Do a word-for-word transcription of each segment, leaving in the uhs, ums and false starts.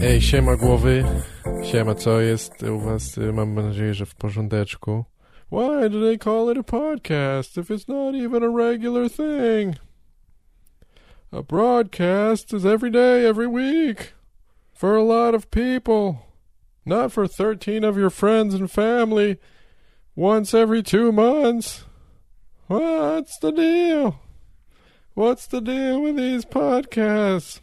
Ej, siema głowy. Siema, co jest u was? Mam nadzieję, że w porządeczku. Why do they call it a podcast if it's not even a regular thing? A broadcast is every day, every week. For a lot of people. Not for thirteen of your friends and family. Once every two months. What's the deal? What's the deal with these podcasts?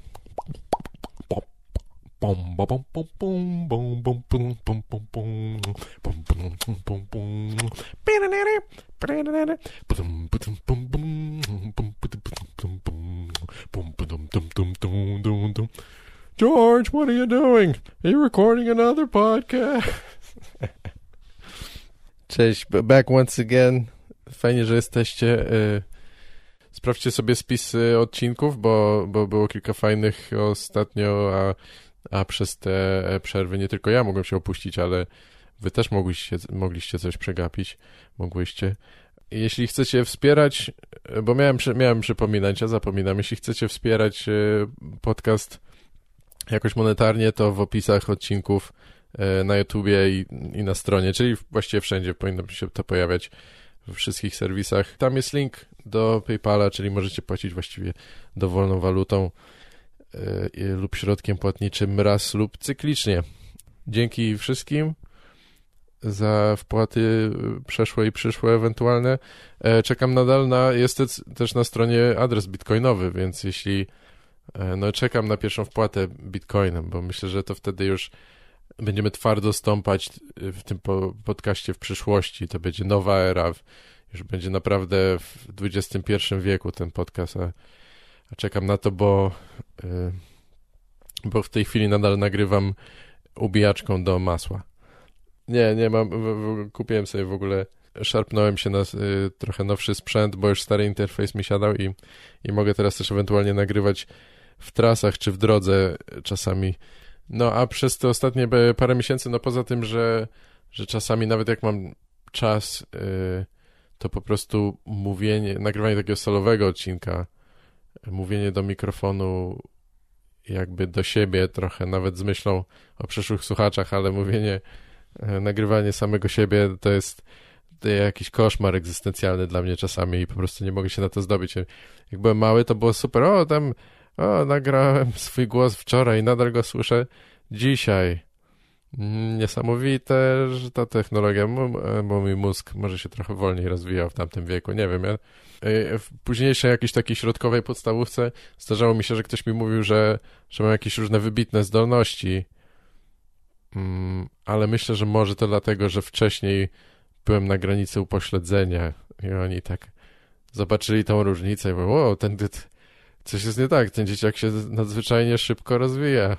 Bum bum bum bum bum bum bum bum bum bum bum bum bum bum bum. George, what are you doing? Are you recording another podcast? Cześć, back once again. Fajnie, że jesteście. Sprawdźcie sobie spis odcinków, bo, bo było kilka fajnych ostatnio, a A przez te przerwy nie tylko ja mogłem się opuścić, ale wy też mogliście, mogliście coś przegapić. Mogłyście. Jeśli chcecie wspierać, bo miałem, miałem przypominać, ja zapominam, jeśli chcecie wspierać podcast jakoś monetarnie, to w opisach odcinków na YouTubie i, i na stronie, czyli właściwie wszędzie powinno się to pojawiać, we wszystkich serwisach. Tam jest link do PayPala, czyli możecie płacić właściwie dowolną walutą lub środkiem płatniczym raz lub cyklicznie. Dzięki wszystkim za wpłaty przeszłe i przyszłe ewentualne. Czekam nadal na, jest też na stronie adres bitcoinowy, więc jeśli no czekam na pierwszą wpłatę bitcoinem, bo myślę, że to wtedy już będziemy twardo stąpać w tym podcaście w przyszłości. To będzie nowa era, już będzie naprawdę w dwudziestym pierwszym wieku ten podcast, a A czekam na to, bo, yy, bo w tej chwili nadal nagrywam ubijaczką do masła. Nie, nie mam, w, w, kupiłem sobie w ogóle, szarpnąłem się na yy, trochę nowszy sprzęt, bo już stary interfejs mi siadał i, i mogę teraz też ewentualnie nagrywać w trasach czy w drodze czasami. No a przez te ostatnie parę miesięcy, no poza tym, że, że czasami nawet jak mam czas, yy, to po prostu mówienie, nagrywanie takiego solowego odcinka, mówienie do mikrofonu jakby do siebie trochę, nawet z myślą o przyszłych słuchaczach, ale mówienie, nagrywanie samego siebie to jest, to jakiś koszmar egzystencjalny dla mnie czasami i po prostu nie mogę się na to zdobyć. Jak byłem mały, to było super, o tam, o nagrałem swój głos wczoraj i nadal go słyszę dzisiaj. Niesamowite, że ta technologia, bo mój mózg może się trochę wolniej rozwijał w tamtym wieku, nie wiem, ja w późniejszej jakiejś takiej środkowej podstawówce zdarzało mi się, że ktoś mi mówił, że, że mam jakieś różne wybitne zdolności, mm, ale myślę, że może to dlatego, że wcześniej byłem na granicy upośledzenia i oni tak zobaczyli tą różnicę i mówią, o, ten, coś jest nie tak, ten dzieciak się nadzwyczajnie szybko rozwija.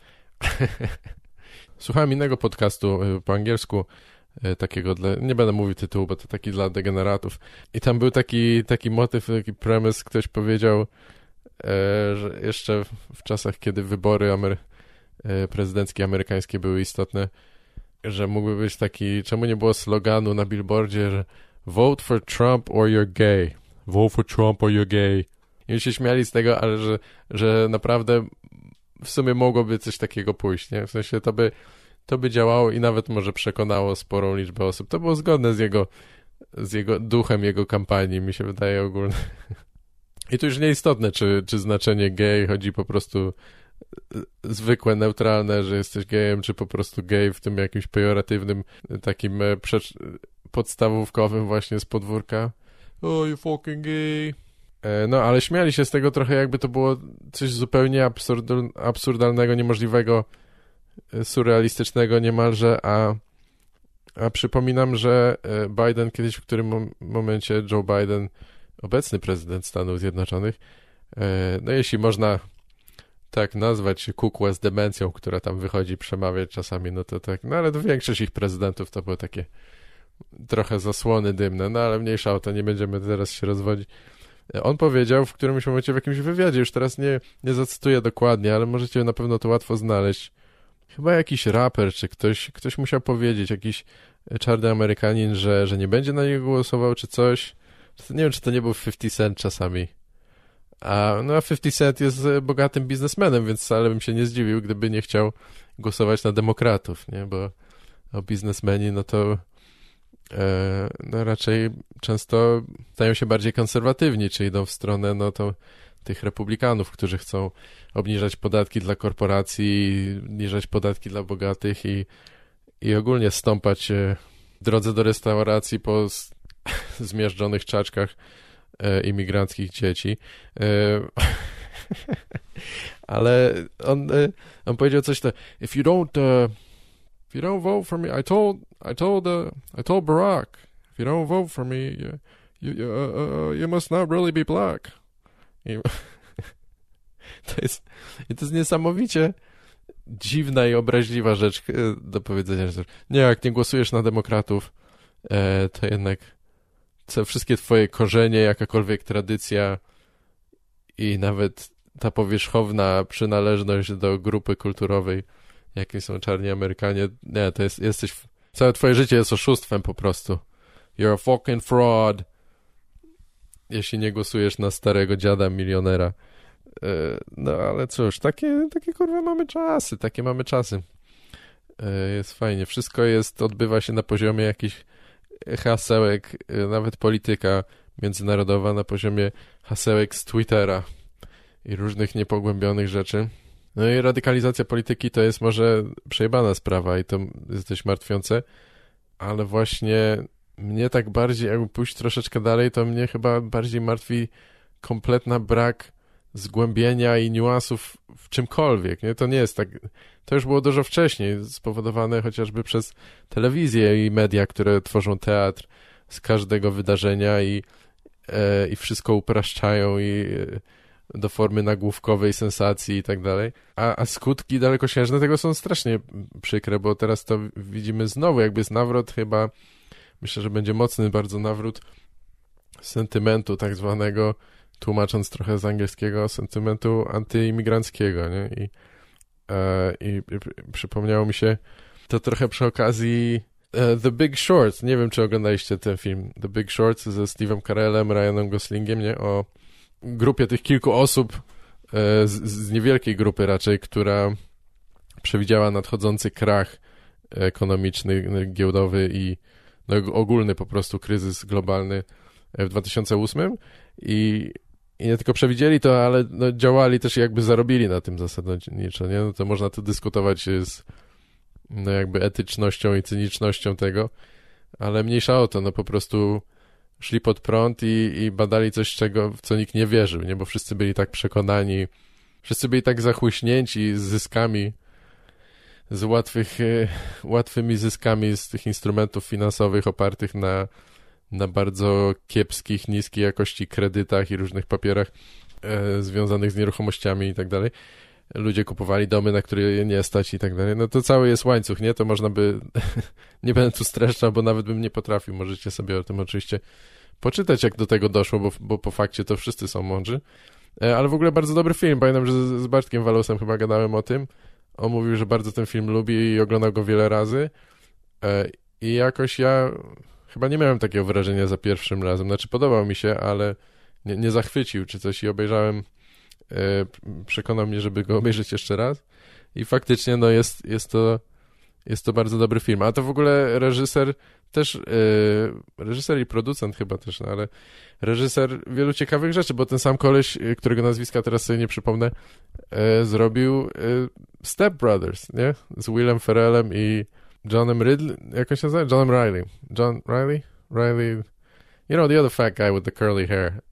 Słuchałem innego podcastu po angielsku, takiego dla, nie będę mówił tytułu, bo to taki dla degeneratów. I tam był taki, taki motyw, taki premis, ktoś powiedział, e, że jeszcze w czasach, kiedy wybory amery- e, prezydenckie amerykańskie były istotne, że mógłby być taki, czemu nie było sloganu na billboardzie, że vote for Trump or you're gay. Vote for Trump or you're gay. I się śmiali z tego, ale że, że naprawdę w sumie mogłoby coś takiego pójść, nie? W sensie to by, to by działało i nawet może przekonało sporą liczbę osób. To było zgodne z jego, z jego duchem, jego kampanii, mi się wydaje ogólnie. I to już nieistotne, czy, czy znaczenie gay chodzi po prostu zwykłe, neutralne, że jesteś gejem, czy po prostu gej w tym jakimś pejoratywnym, takim przecz- podstawówkowym właśnie z podwórka. Oh, you fucking gay. No, ale śmiali się z tego trochę, jakby to było coś zupełnie absurd- absurdalnego, niemożliwego, surrealistycznego niemalże, a, a przypominam, że Biden kiedyś w którym mom- momencie Joe Biden, obecny prezydent Stanów Zjednoczonych, no jeśli można tak nazwać się kukłę z demencją, która tam wychodzi przemawiać czasami, no to tak, no ale większość ich prezydentów to były takie trochę zasłony dymne, no ale mniejsza o to, nie będziemy teraz się rozwodzić. On powiedział w którymś momencie w jakimś wywiadzie, już teraz nie, nie zacytuję dokładnie, ale możecie na pewno to łatwo znaleźć. Chyba jakiś raper, czy ktoś, ktoś musiał powiedzieć, jakiś czarny Amerykanin, że, że nie będzie na niego głosował, czy coś. Nie wiem, czy to nie był fifty cent czasami, A, no, a fifty Cent jest bogatym biznesmenem, więc wcale bym się nie zdziwił, gdyby nie chciał głosować na demokratów, nie? Bo o biznesmeni, no to e, no raczej często stają się bardziej konserwatywni, czy idą w stronę, no to tych republikanów, którzy chcą obniżać podatki dla korporacji, obniżać podatki dla bogatych i, i ogólnie stąpać e, w drodze do restauracji po z, zmiażdżonych czaczkach e, imigranckich dzieci. E, ale on, e, on powiedział coś to, if you don't uh, if you don't vote for me, I told I told uh, I told Barack, if you don't vote for me, you you, uh, uh, you must not really be black. I to jest, i to jest niesamowicie dziwna i obraźliwa rzecz do powiedzenia, że nie, jak nie głosujesz na demokratów, e, to jednak co, wszystkie twoje korzenie, jakakolwiek tradycja i nawet ta powierzchowna przynależność do grupy kulturowej, jakiej są czarni Amerykanie, nie, to jest, jesteś, całe twoje życie jest oszustwem po prostu. You're a fucking fraud. Jeśli nie głosujesz na starego dziada milionera. No ale cóż, takie, takie kurwa mamy czasy, takie mamy czasy. Jest fajnie, wszystko jest, odbywa się na poziomie jakichś hasełek, nawet polityka międzynarodowa na poziomie hasełek z Twittera i różnych niepogłębionych rzeczy. No i radykalizacja polityki to jest może przejebana sprawa i to jest dość martwiące, ale właśnie mnie tak bardziej, jakby pójść troszeczkę dalej, to mnie chyba bardziej martwi kompletna brak zgłębienia i niuansów w czymkolwiek, nie? To nie jest tak, to już było dużo wcześniej, spowodowane chociażby przez telewizję i media, które tworzą teatr z każdego wydarzenia i, e, i wszystko upraszczają i e, do formy nagłówkowej, sensacji i tak dalej. A, a skutki dalekosiężne tego są strasznie przykre, bo teraz to widzimy znowu, jakby jest nawrót chyba, myślę, że będzie mocny bardzo nawrót sentymentu tak zwanego, tłumacząc trochę z angielskiego, sentymentu antyimigranckiego, nie? I, e, i, i przypomniało mi się to trochę przy okazji e, The Big Short. Nie wiem, czy oglądaliście ten film. The Big Short ze Steve'em Carellem, Ryanem Goslingiem, nie? O grupie tych kilku osób, e, z, z niewielkiej grupy raczej, która przewidziała nadchodzący krach ekonomiczny, giełdowy i no, ogólny po prostu kryzys globalny w dwa tysiące ósmym i, i nie tylko przewidzieli to, ale no, działali też i jakby zarobili na tym zasadniczo, nie? No to można tu dyskutować z no, jakby etycznością i cynicznością tego, ale mniejsza o to, no po prostu szli pod prąd i, i badali coś, czego, w co nikt nie wierzył, nie? Bo wszyscy byli tak przekonani, wszyscy byli tak zachłyśnięci zyskami, z łatwych, łatwymi zyskami z tych instrumentów finansowych opartych na na bardzo kiepskich, niskiej jakości kredytach i różnych papierach e, związanych z nieruchomościami i tak dalej. Ludzie kupowali domy, na które je nie stać i tak dalej. No to cały jest łańcuch, nie? To można by... nie będę tu streszczał, bo nawet bym nie potrafił. Możecie sobie o tym oczywiście poczytać, jak do tego doszło, bo, bo po fakcie to wszyscy są mądrzy. E, ale w ogóle bardzo dobry film. Pamiętam, że z, z Bartkiem Walusem chyba gadałem o tym. On mówił, że bardzo ten film lubi i oglądał go wiele razy. E, I jakoś ja... Chyba nie miałem takiego wrażenia za pierwszym razem. Znaczy podobał mi się, ale nie, nie zachwycił czy coś i obejrzałem, e, przekonał mnie, żeby go obejrzeć jeszcze raz i faktycznie no jest, jest to jest to bardzo dobry film. A to w ogóle reżyser też, e, reżyser i producent chyba też, no, ale reżyser wielu ciekawych rzeczy, bo ten sam koleś, którego nazwiska teraz sobie nie przypomnę, e, zrobił e, Step Brothers, nie? Z Willem Ferrellem i Johnem Ridley, jak on się nazywa? Johnem Riley. John Riley? Riley... You know, the other fat guy with the curly hair.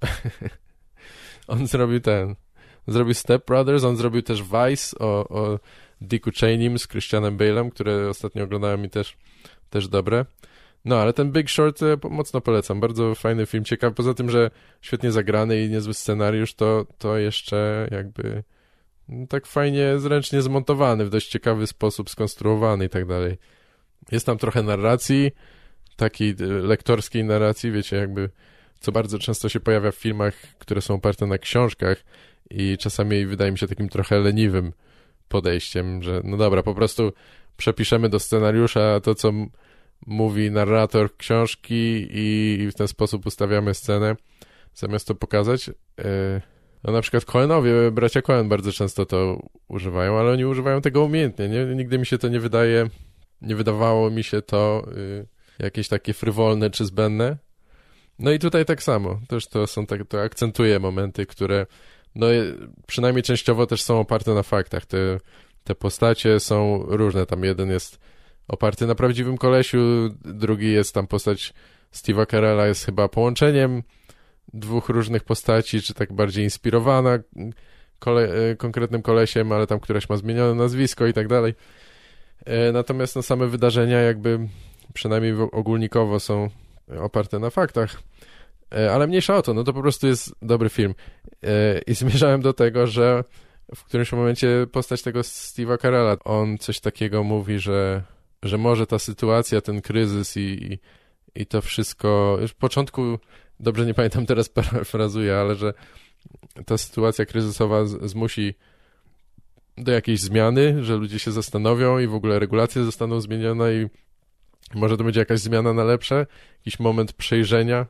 On zrobił ten... Zrobił Step Brothers, on zrobił też Vice o, o Dicku Cheneym z Christianem Bale'em, które ostatnio oglądałem i też, też dobre. No, ale ten Big Short mocno polecam. Bardzo fajny film, ciekawy. Poza tym, że świetnie zagrany i niezły scenariusz, to, to jeszcze jakby... tak fajnie, zręcznie zmontowany, w dość ciekawy sposób skonstruowany i tak dalej. Jest tam trochę narracji, takiej lektorskiej narracji, wiecie, jakby, co bardzo często się pojawia w filmach, które są oparte na książkach i czasami wydaje mi się takim trochę leniwym podejściem, że no dobra, po prostu przepiszemy do scenariusza to, co m- mówi narrator książki i w ten sposób ustawiamy scenę, zamiast to pokazać. Yy, No na przykład Coenowie, bracia Coen bardzo często to używają, ale oni używają tego umiejętnie, nie? Nigdy mi się to nie wydaje, nie wydawało mi się to y, jakieś takie frywolne czy zbędne. No i tutaj tak samo, też to są tak, to akcentuje momenty, które no przynajmniej częściowo też są oparte na faktach. Te, te postacie są różne, tam jeden jest oparty na prawdziwym kolesiu, drugi jest tam postać Steve'a Carella, jest chyba połączeniem dwóch różnych postaci, czy tak bardziej inspirowana kole, konkretnym kolesiem, ale tam któraś ma zmienione nazwisko i tak dalej. Natomiast no, same wydarzenia jakby przynajmniej ogólnikowo są oparte na faktach. Ale mniejsza o to, no to po prostu jest dobry film. I zmierzałem do tego, że w którymś momencie postać tego Steve'a Carella, on coś takiego mówi, że, że może ta sytuacja, ten kryzys i, i, i to wszystko, już w początku, dobrze nie pamiętam, teraz parafrazuję, ale że ta sytuacja kryzysowa z, zmusi do jakiejś zmiany, że ludzie się zastanowią i w ogóle regulacje zostaną zmienione i może to będzie jakaś zmiana na lepsze, jakiś moment przejrzenia,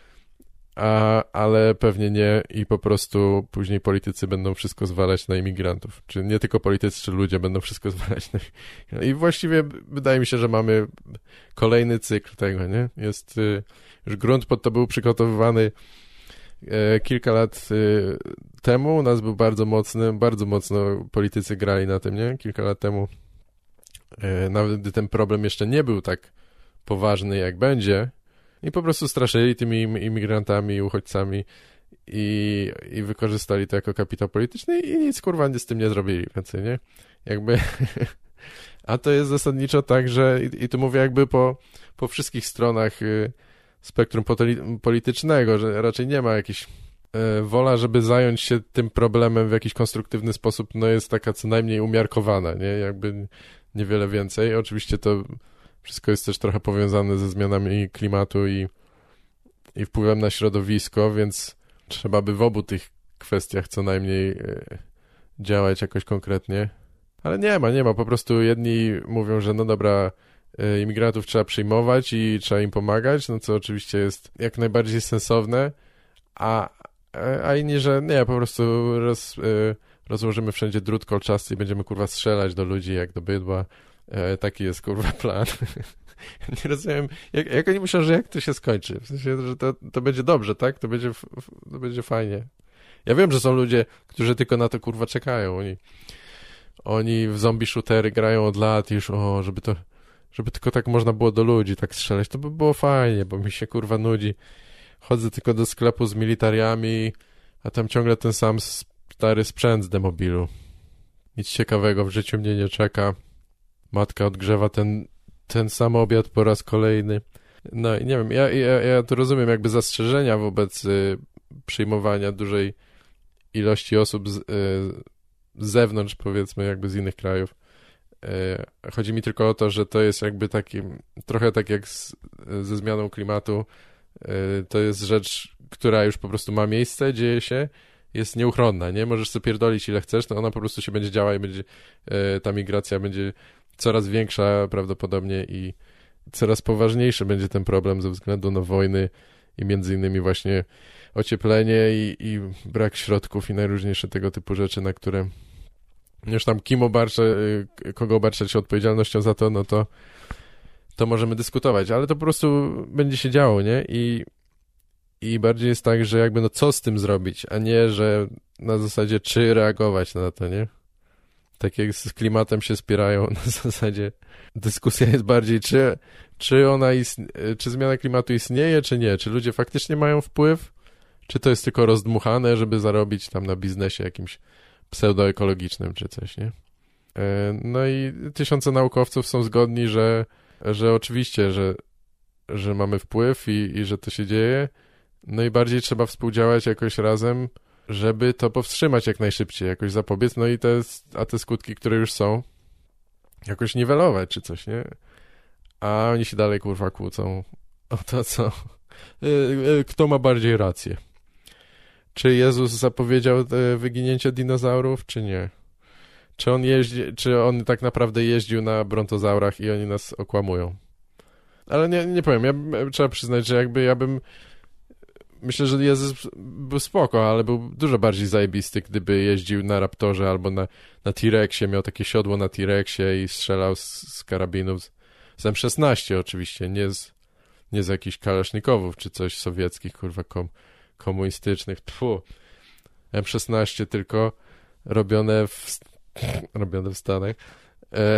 a, ale pewnie nie i po prostu później politycy będą wszystko zwalać na imigrantów. Czy nie tylko politycy, czy ludzie będą wszystko zwalać na imigrantów. I właściwie wydaje mi się, że mamy kolejny cykl tego, nie? Jest, y, już grunt pod to był przygotowywany y, kilka lat y, temu. U nas był bardzo mocny, bardzo mocno politycy grali na tym, nie? Kilka lat temu. Y, nawet gdy ten problem jeszcze nie był tak poważny, jak będzie, i po prostu straszyli tymi imigrantami, uchodźcami i, i wykorzystali to jako kapitał polityczny i nic kurwa z tym nie zrobili więcej, nie? Jakby... A to jest zasadniczo tak, że i, i tu mówię jakby po, po wszystkich stronach y, spektrum politycznego, że raczej nie ma jakiejś y, wola, żeby zająć się tym problemem w jakiś konstruktywny sposób, no jest taka co najmniej umiarkowana, nie? Jakby niewiele więcej. Oczywiście to wszystko jest też trochę powiązane ze zmianami klimatu i, i wpływem na środowisko, więc trzeba by w obu tych kwestiach co najmniej y, działać jakoś konkretnie. Ale nie ma, nie ma. Po prostu jedni mówią, że no dobra, y, imigrantów trzeba przyjmować i trzeba im pomagać, no co oczywiście jest jak najbardziej sensowne, a, a inni, że nie, po prostu roz, y, rozłożymy wszędzie drut kolczasty i będziemy kurwa strzelać do ludzi jak do bydła. E, taki jest kurwa plan. Nie rozumiem, jak, jak oni myślą, że jak to się skończy? W sensie, że to, to będzie dobrze, tak? To będzie, to będzie fajnie. Ja wiem, że są ludzie, którzy tylko na to kurwa czekają. Oni, oni w zombie shootery grają od lat i już, o, żeby to, żeby tylko tak można było do ludzi tak strzelać. To by było fajnie, bo mi się kurwa nudzi. Chodzę tylko do sklepu z militariami, a tam ciągle ten sam stary sprzęt z demobilu. Nic ciekawego w życiu mnie nie czeka. Matka odgrzewa ten, ten sam obiad po raz kolejny. No i nie wiem, ja, ja, ja tu rozumiem jakby zastrzeżenia wobec y, przyjmowania dużej ilości osób z, y, z zewnątrz, powiedzmy, jakby z innych krajów. Y, chodzi mi tylko o to, że to jest jakby taki, trochę tak jak z, ze zmianą klimatu, y, to jest rzecz, która już po prostu ma miejsce, dzieje się, jest nieuchronna, nie? Możesz sobie pierdolić ile chcesz, to ona po prostu się będzie działa i będzie, y, ta migracja będzie coraz większa prawdopodobnie i coraz poważniejszy będzie ten problem ze względu na wojny i między innymi właśnie ocieplenie i, i brak środków i najróżniejsze tego typu rzeczy, na które już tam kim obarcza, kogo obarczać odpowiedzialnością za to, no to to możemy dyskutować, ale to po prostu będzie się działo, nie? I, i bardziej jest tak, że jakby no co z tym zrobić, a nie, że na zasadzie czy reagować na to, nie? Tak jak z klimatem się spierają, na zasadzie dyskusja jest bardziej, czy, czy ona istnie, czy zmiana klimatu istnieje, czy nie, czy ludzie faktycznie mają wpływ, czy to jest tylko rozdmuchane, żeby zarobić tam na biznesie jakimś pseudoekologicznym, czy coś, nie? No i tysiące naukowców są zgodni, że, że oczywiście, że, że mamy wpływ i, i że to się dzieje, no i bardziej trzeba współdziałać jakoś razem, żeby to powstrzymać jak najszybciej, jakoś zapobiec, no i te, a te skutki, które już są, jakoś niwelować czy coś, nie? A oni się dalej, kurwa, kłócą o to, co... Kto ma bardziej rację? Czy Jezus zapowiedział wyginięcie dinozaurów, czy nie? Czy on jeździ, czy on tak naprawdę jeździł na brontozaurach i oni nas okłamują? Ale nie, nie powiem, ja, trzeba przyznać, że jakby ja bym myślę, że Jezus był spoko, ale był dużo bardziej zajebisty, gdyby jeździł na Raptorze albo na, na T-Rexie, miał takie siodło na T-Rexie i strzelał z, z karabinów z, z M szesnaście oczywiście, nie z, nie z jakichś kałasznikowów czy coś sowieckich, kurwa, kom, komunistycznych. Tfu. M szesnaście tylko robione w, robione w Stanach. E,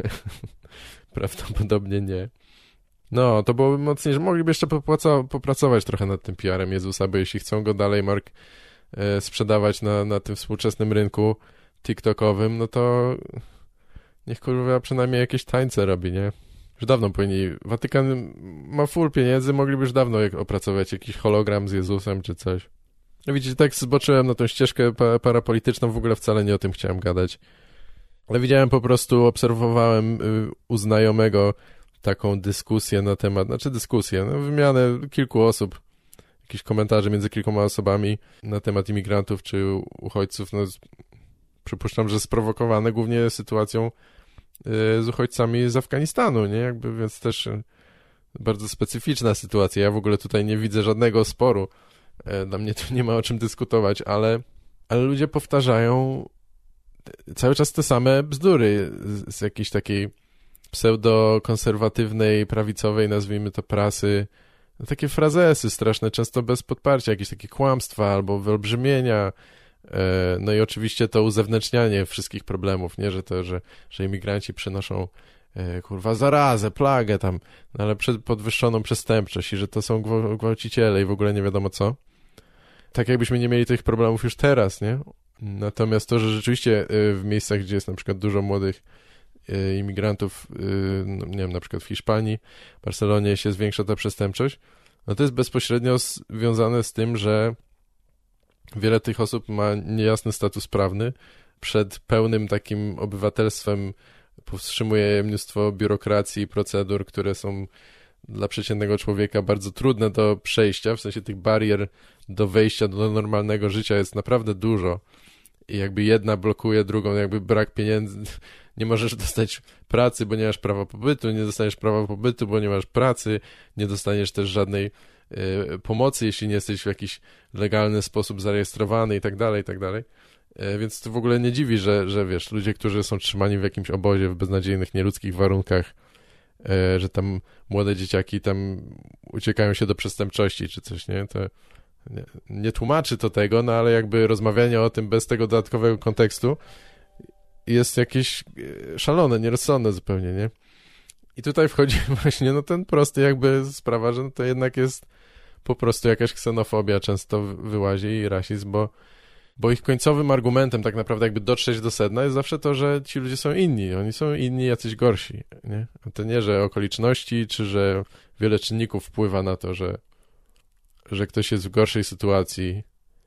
prawdopodobnie nie. No, to byłoby mocniej, że mogliby jeszcze popłaca, popracować trochę nad tym P R em Jezusa, bo jeśli chcą go dalej, Mark, e, sprzedawać na, na tym współczesnym rynku TikTokowym, no to niech, kurwa, przynajmniej jakieś tańce robi, nie? Już dawno powinni... Watykan ma full pieniędzy, mogliby już dawno jak opracować jakiś hologram z Jezusem czy coś. No widzicie, tak zboczyłem na tą ścieżkę pa parapolityczną, w ogóle wcale nie o tym chciałem gadać. Ale widziałem po prostu, obserwowałem y, u znajomego taką dyskusję na temat, znaczy dyskusję, no, wymianę kilku osób, jakieś komentarze między kilkoma osobami na temat imigrantów czy uchodźców, no przypuszczam, że sprowokowane głównie sytuacją y, z uchodźcami z Afganistanu, nie, jakby, więc też y, bardzo specyficzna sytuacja, ja w ogóle tutaj nie widzę żadnego sporu, y, dla mnie tu nie ma o czym dyskutować, ale, ale ludzie powtarzają cały czas te same bzdury z, z jakiejś takiej pseudokonserwatywnej, prawicowej, nazwijmy to, prasy. No, takie frazesy straszne, często bez podparcia, jakieś takie kłamstwa albo wyolbrzymienia. E, no i oczywiście to uzewnętrznianie wszystkich problemów, nie, że to, że, że imigranci przynoszą e, kurwa zarazę, plagę tam, no, ale przed, podwyższoną przestępczość i że to są gwał, gwałciciele i w ogóle nie wiadomo co. Tak jakbyśmy nie mieli tych problemów już teraz, nie? Natomiast to, że rzeczywiście w miejscach, gdzie jest na przykład dużo młodych imigrantów, no nie wiem, na przykład w Hiszpanii, w Barcelonie się zwiększa ta przestępczość, no to jest bezpośrednio związane z tym, że wiele tych osób ma niejasny status prawny, przed pełnym takim obywatelstwem powstrzymuje mnóstwo biurokracji i procedur, które są dla przeciętnego człowieka bardzo trudne do przejścia, w sensie tych barier do wejścia do normalnego życia jest naprawdę dużo i jakby jedna blokuje drugą, jakby brak pieniędzy, nie możesz dostać pracy, bo nie masz prawa pobytu, nie dostaniesz prawa pobytu, bo nie masz pracy, nie dostaniesz też żadnej y, pomocy, jeśli nie jesteś w jakiś legalny sposób zarejestrowany i tak dalej, i tak dalej. Y, więc to w ogóle nie dziwi, że, że wiesz, ludzie, którzy są trzymani w jakimś obozie w beznadziejnych, nieludzkich warunkach, y, że tam młode dzieciaki tam uciekają się do przestępczości czy coś, nie? To nie, nie tłumaczy to tego, no ale jakby rozmawianie o tym bez tego dodatkowego kontekstu jest jakieś szalone, nierozsądne zupełnie, nie? I tutaj wchodzi właśnie no ten prosty jakby sprawa, że no to jednak jest po prostu jakaś ksenofobia często wyłazi i rasizm, bo, bo ich końcowym argumentem tak naprawdę jakby dotrzeć do sedna jest zawsze to, że ci ludzie są inni, oni są inni, jacyś gorsi, nie? A to nie, że okoliczności, czy że wiele czynników wpływa na to, że że ktoś jest w gorszej sytuacji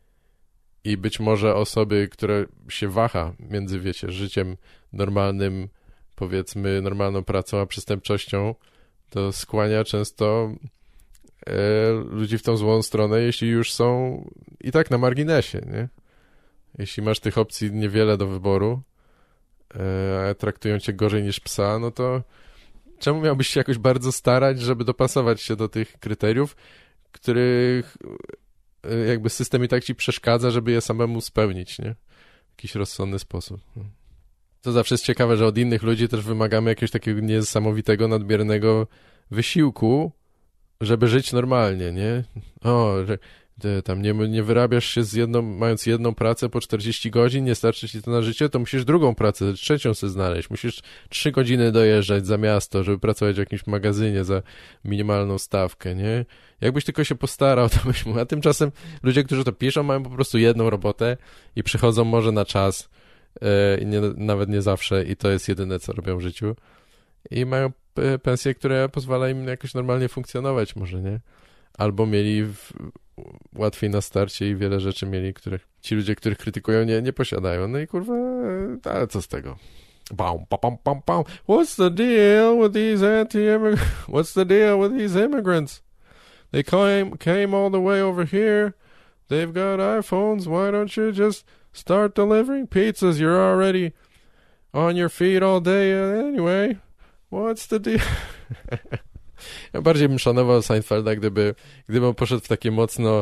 i być może osoby, które się waha między, wiecie, życiem normalnym, powiedzmy, normalną pracą, a przestępczością, to skłania często e, ludzi w tą złą stronę, jeśli już są i tak na marginesie, nie? Jeśli masz tych opcji niewiele do wyboru, e, a traktują cię gorzej niż psa, no to czemu miałbyś się jakoś bardzo starać, żeby dopasować się do tych kryteriów, których jakby system i tak ci przeszkadza, żeby je samemu spełnić, nie? W jakiś rozsądny sposób. To zawsze jest ciekawe, że od innych ludzi też wymagamy jakiegoś takiego niesamowitego, nadmiernego wysiłku, żeby żyć normalnie, nie? O, że tam nie, nie wyrabiasz się z jedną, mając jedną pracę po czterdzieści godzin, nie starczy ci to na życie, to musisz drugą pracę, trzecią sobie znaleźć. Musisz trzy godziny dojeżdżać za miasto, żeby pracować w jakimś magazynie za minimalną stawkę, nie? Jakbyś tylko się postarał, to byś mógł. A tymczasem ludzie, którzy to piszą, mają po prostu jedną robotę i przychodzą może na czas, yy, i nie, nawet nie zawsze, i to jest jedyne, co robią w życiu. I mają pensje, które pozwala im jakoś normalnie funkcjonować może, nie? Albo mieli w, łatwiej na starcie i wiele rzeczy mieli, których ci ludzie, których krytykują, nie, nie posiadają. No i kurwa, ale co z tego? Bam, pam, pam, pam. What's the deal with these anti-immigrants? What's the deal with these immigrants? They came, came all the way over here. They've got iPhones. Why don't you just start delivering pizzas? You're already on your feet all day anyway. What's the deal? Ja bardziej bym szanował Seinfelda, gdyby, gdyby on poszedł w takie mocno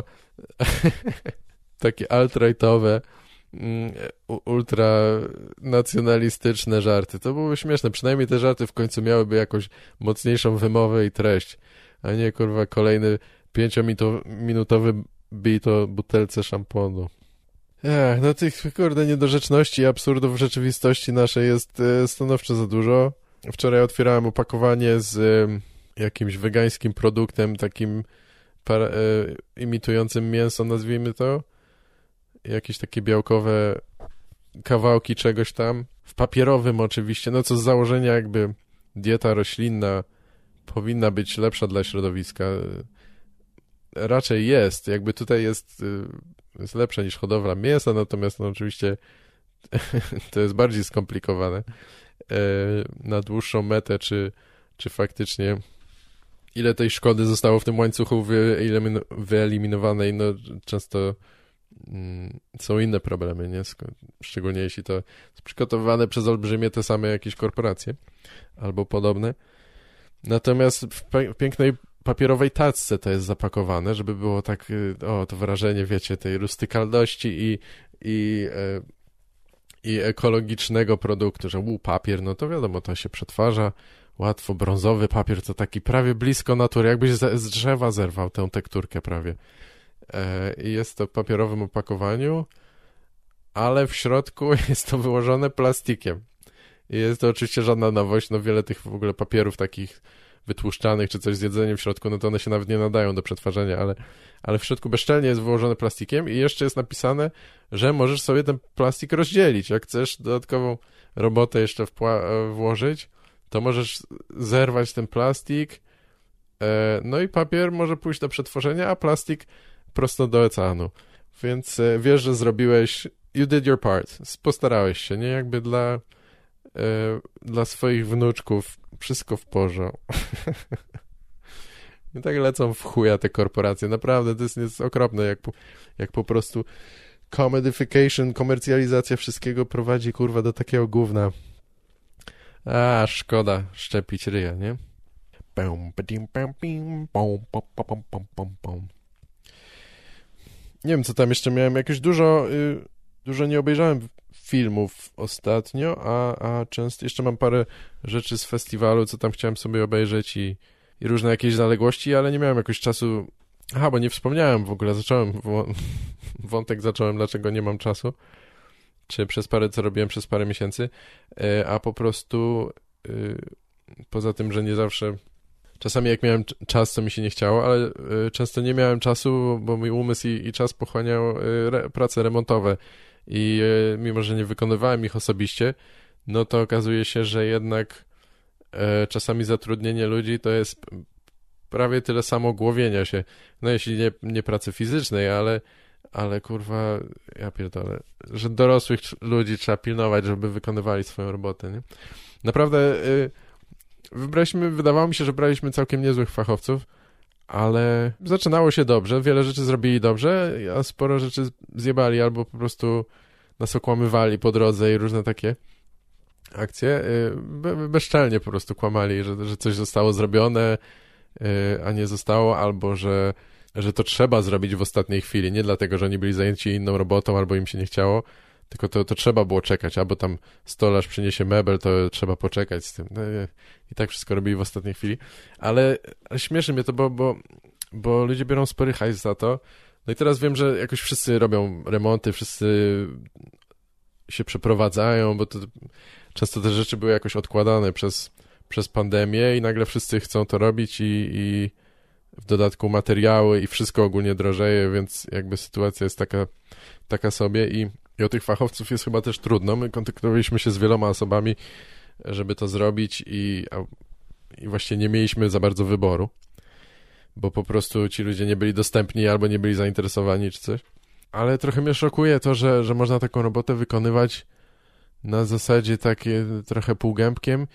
takie alt-rightowe, ultranacjonalistyczne żarty. To byłoby śmieszne. Przynajmniej te żarty w końcu miałyby jakąś mocniejszą wymowę i treść, a nie, kurwa, kolejny pięciominutowy beat o butelce szamponu. Ech, no tych, kurde, niedorzeczności i absurdów w rzeczywistości naszej jest e, stanowczo za dużo. Wczoraj otwierałem opakowanie z e, jakimś wegańskim produktem, takim para, e, imitującym mięso, nazwijmy to. Jakieś takie białkowe kawałki czegoś tam. W papierowym oczywiście, no co z założenia jakby dieta roślinna powinna być lepsza dla środowiska. Raczej jest, jakby tutaj jest, jest lepsza niż hodowla mięsa, natomiast no oczywiście to jest bardziej skomplikowane na dłuższą metę, czy, czy faktycznie ile tej szkody zostało w tym łańcuchu wyeliminowanej, no często są inne problemy, nie? Szczególnie jeśli to jest przygotowywane przez olbrzymie te same jakieś korporacje albo podobne. Natomiast w pięknej papierowej tacce to jest zapakowane, żeby było tak, o, to wyrażenie, wiecie, tej rustykalności i, i, i ekologicznego produktu, że u, papier, no to wiadomo, to się przetwarza łatwo, brązowy papier to taki prawie blisko natury, jakbyś z, z drzewa zerwał tę tekturkę prawie. I jest to w papierowym opakowaniu, ale w środku jest to wyłożone plastikiem. I jest to oczywiście żadna nowość, no wiele tych w ogóle papierów takich wytłuszczanych, czy coś z jedzeniem w środku, no to one się nawet nie nadają do przetwarzania, ale, ale w środku bezczelnie jest wyłożone plastikiem i jeszcze jest napisane, że możesz sobie ten plastik rozdzielić. Jak chcesz dodatkową robotę jeszcze wpła- włożyć, to możesz zerwać ten plastik, no i papier może pójść do przetworzenia, a plastik prosto do oceanu. Więc wiesz, że zrobiłeś, you did your part, postarałeś się, nie? Jakby dla, e, dla swoich wnuczków wszystko w porządku. I tak lecą w chuja te korporacje. Naprawdę, to jest, jest okropne, jak, jak po prostu commodification, komercjalizacja wszystkiego prowadzi, kurwa, do takiego gówna. A, szkoda szczepić ryja, nie? Nie wiem, co tam jeszcze miałem. Jakieś dużo, y, dużo nie obejrzałem filmów ostatnio, a, a często jeszcze mam parę rzeczy z festiwalu, co tam chciałem sobie obejrzeć i, i różne jakieś zaległości, ale nie miałem jakoś czasu. Aha, bo nie wspomniałem w ogóle, zacząłem, wątek zacząłem, dlaczego nie mam czasu, czy przez parę, co robiłem przez parę miesięcy, y, a po prostu y, poza tym, że nie zawsze... Czasami jak miałem czas, to mi się nie chciało, ale y, często nie miałem czasu, bo mój umysł i, i czas pochłaniał y, re, prace remontowe i y, mimo, że nie wykonywałem ich osobiście, no to okazuje się, że jednak y, czasami zatrudnienie ludzi to jest prawie tyle samo głowienia się. No jeśli nie, nie pracy fizycznej, ale, ale kurwa, ja pierdolę, że dorosłych ludzi trzeba pilnować, żeby wykonywali swoją robotę, nie? Naprawdę... Y, Wybraliśmy, wydawało mi się, że braliśmy całkiem niezłych fachowców, ale zaczynało się dobrze, wiele rzeczy zrobili dobrze, a sporo rzeczy zjebali albo po prostu nas okłamywali po drodze i różne takie akcje. Be- bezczelnie po prostu kłamali, że, że coś zostało zrobione, a nie zostało, albo że, że to trzeba zrobić w ostatniej chwili, nie dlatego, że oni byli zajęci inną robotą albo im się nie chciało, tylko to, to trzeba było czekać, albo tam stolarz przyniesie mebel, to trzeba poczekać z tym. No, i tak wszystko robili w ostatniej chwili. Ale, ale śmieszy mnie to, bo, bo, bo ludzie biorą spory hajs za to. No i teraz wiem, że jakoś wszyscy robią remonty, wszyscy się przeprowadzają, bo to często te rzeczy były jakoś odkładane przez, przez pandemię i nagle wszyscy chcą to robić i, i w dodatku materiały i wszystko ogólnie drożeje, więc jakby sytuacja jest taka, taka sobie i I o tych fachowców jest chyba też trudno. My kontaktowaliśmy się z wieloma osobami, żeby to zrobić i, a, i właśnie nie mieliśmy za bardzo wyboru, bo po prostu ci ludzie nie byli dostępni albo nie byli zainteresowani czy coś. Ale trochę mnie szokuje to, że, że można taką robotę wykonywać na zasadzie takie trochę półgębkiem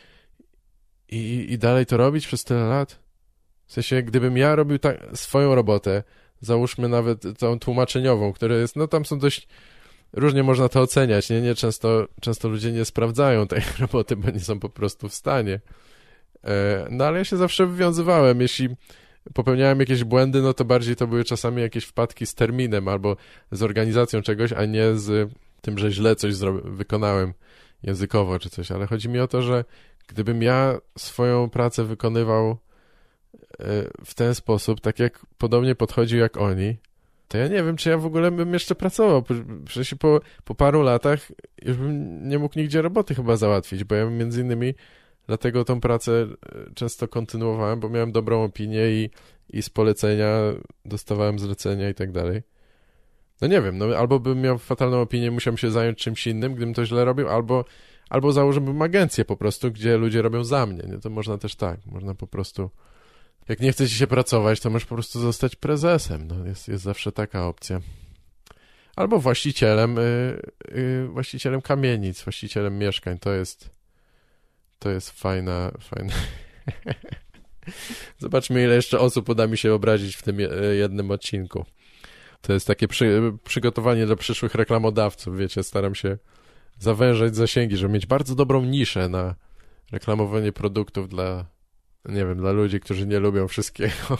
i, i dalej to robić przez tyle lat. W sensie, gdybym ja robił ta, swoją robotę, załóżmy nawet tą tłumaczeniową, która jest, no tam są dość... Różnie można to oceniać, nie? Nie często, często ludzie nie sprawdzają tej roboty, bo nie są po prostu w stanie. No ale ja się zawsze wywiązywałem. Jeśli popełniałem jakieś błędy, no to bardziej to były czasami jakieś wpadki z terminem albo z organizacją czegoś, a nie z tym, że źle coś zro- wykonałem językowo czy coś. Ale chodzi mi o to, że gdybym ja swoją pracę wykonywał w ten sposób, tak jak podobnie podchodził jak oni, to ja nie wiem, czy ja w ogóle bym jeszcze pracował. Przecież po, po paru latach już bym nie mógł nigdzie roboty chyba załatwić, bo ja między innymi dlatego tą pracę często kontynuowałem, bo miałem dobrą opinię i, i z polecenia dostawałem zlecenia i tak dalej. No nie wiem, no albo bym miał fatalną opinię, musiałbym się zająć czymś innym, gdybym to źle robił, albo, albo założyłbym agencję po prostu, gdzie ludzie robią za mnie. Nie? To można też tak, można po prostu... Jak nie chce ci się pracować, to możesz po prostu zostać prezesem. No, jest, jest zawsze taka opcja. Albo właścicielem, yy, yy, właścicielem kamienic, właścicielem mieszkań. To jest, to jest fajna, fajna. Zobaczmy, ile jeszcze osób uda mi się obrazić w tym jednym odcinku. To jest takie przy, przygotowanie do przyszłych reklamodawców. Wiecie, staram się zawężać zasięgi, żeby mieć bardzo dobrą niszę na reklamowanie produktów dla... Nie wiem, dla ludzi, którzy nie lubią wszystkiego.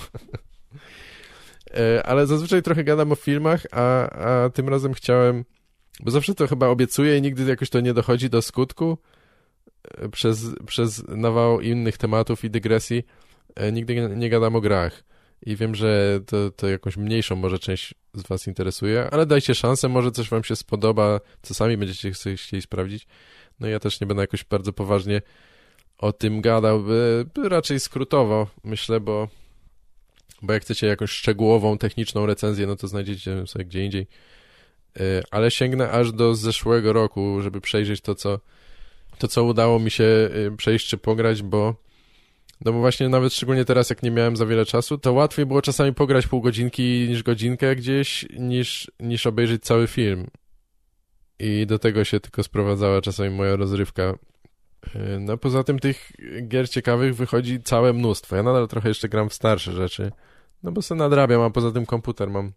Ale zazwyczaj trochę gadam o filmach, a, a tym razem chciałem, bo zawsze to chyba obiecuję i nigdy jakoś to nie dochodzi do skutku przez, przez nawał innych tematów i dygresji. Nigdy nie, nie gadam o grach. I wiem, że to, to jakąś mniejszą może część z was interesuje, ale dajcie szansę, może coś wam się spodoba, co sami będziecie chcieli sprawdzić. No ja też nie będę jakoś bardzo poważnie o tym gadał, by, by raczej skrótowo, myślę, bo, bo jak chcecie jakąś szczegółową, techniczną recenzję, no to znajdziecie sobie gdzie indziej. Ale sięgnę aż do zeszłego roku, żeby przejrzeć to, co, to, co udało mi się przejść czy pograć, bo no bo właśnie nawet szczególnie teraz, jak nie miałem za wiele czasu, to łatwiej było czasami pograć pół godzinki niż godzinkę gdzieś, niż, niż obejrzeć cały film. I do tego się tylko sprowadzała czasami moja rozrywka. No poza tym tych gier ciekawych wychodzi całe mnóstwo. Ja nadal trochę jeszcze gram w starsze rzeczy, no bo sobie nadrabiam, a poza tym komputer mam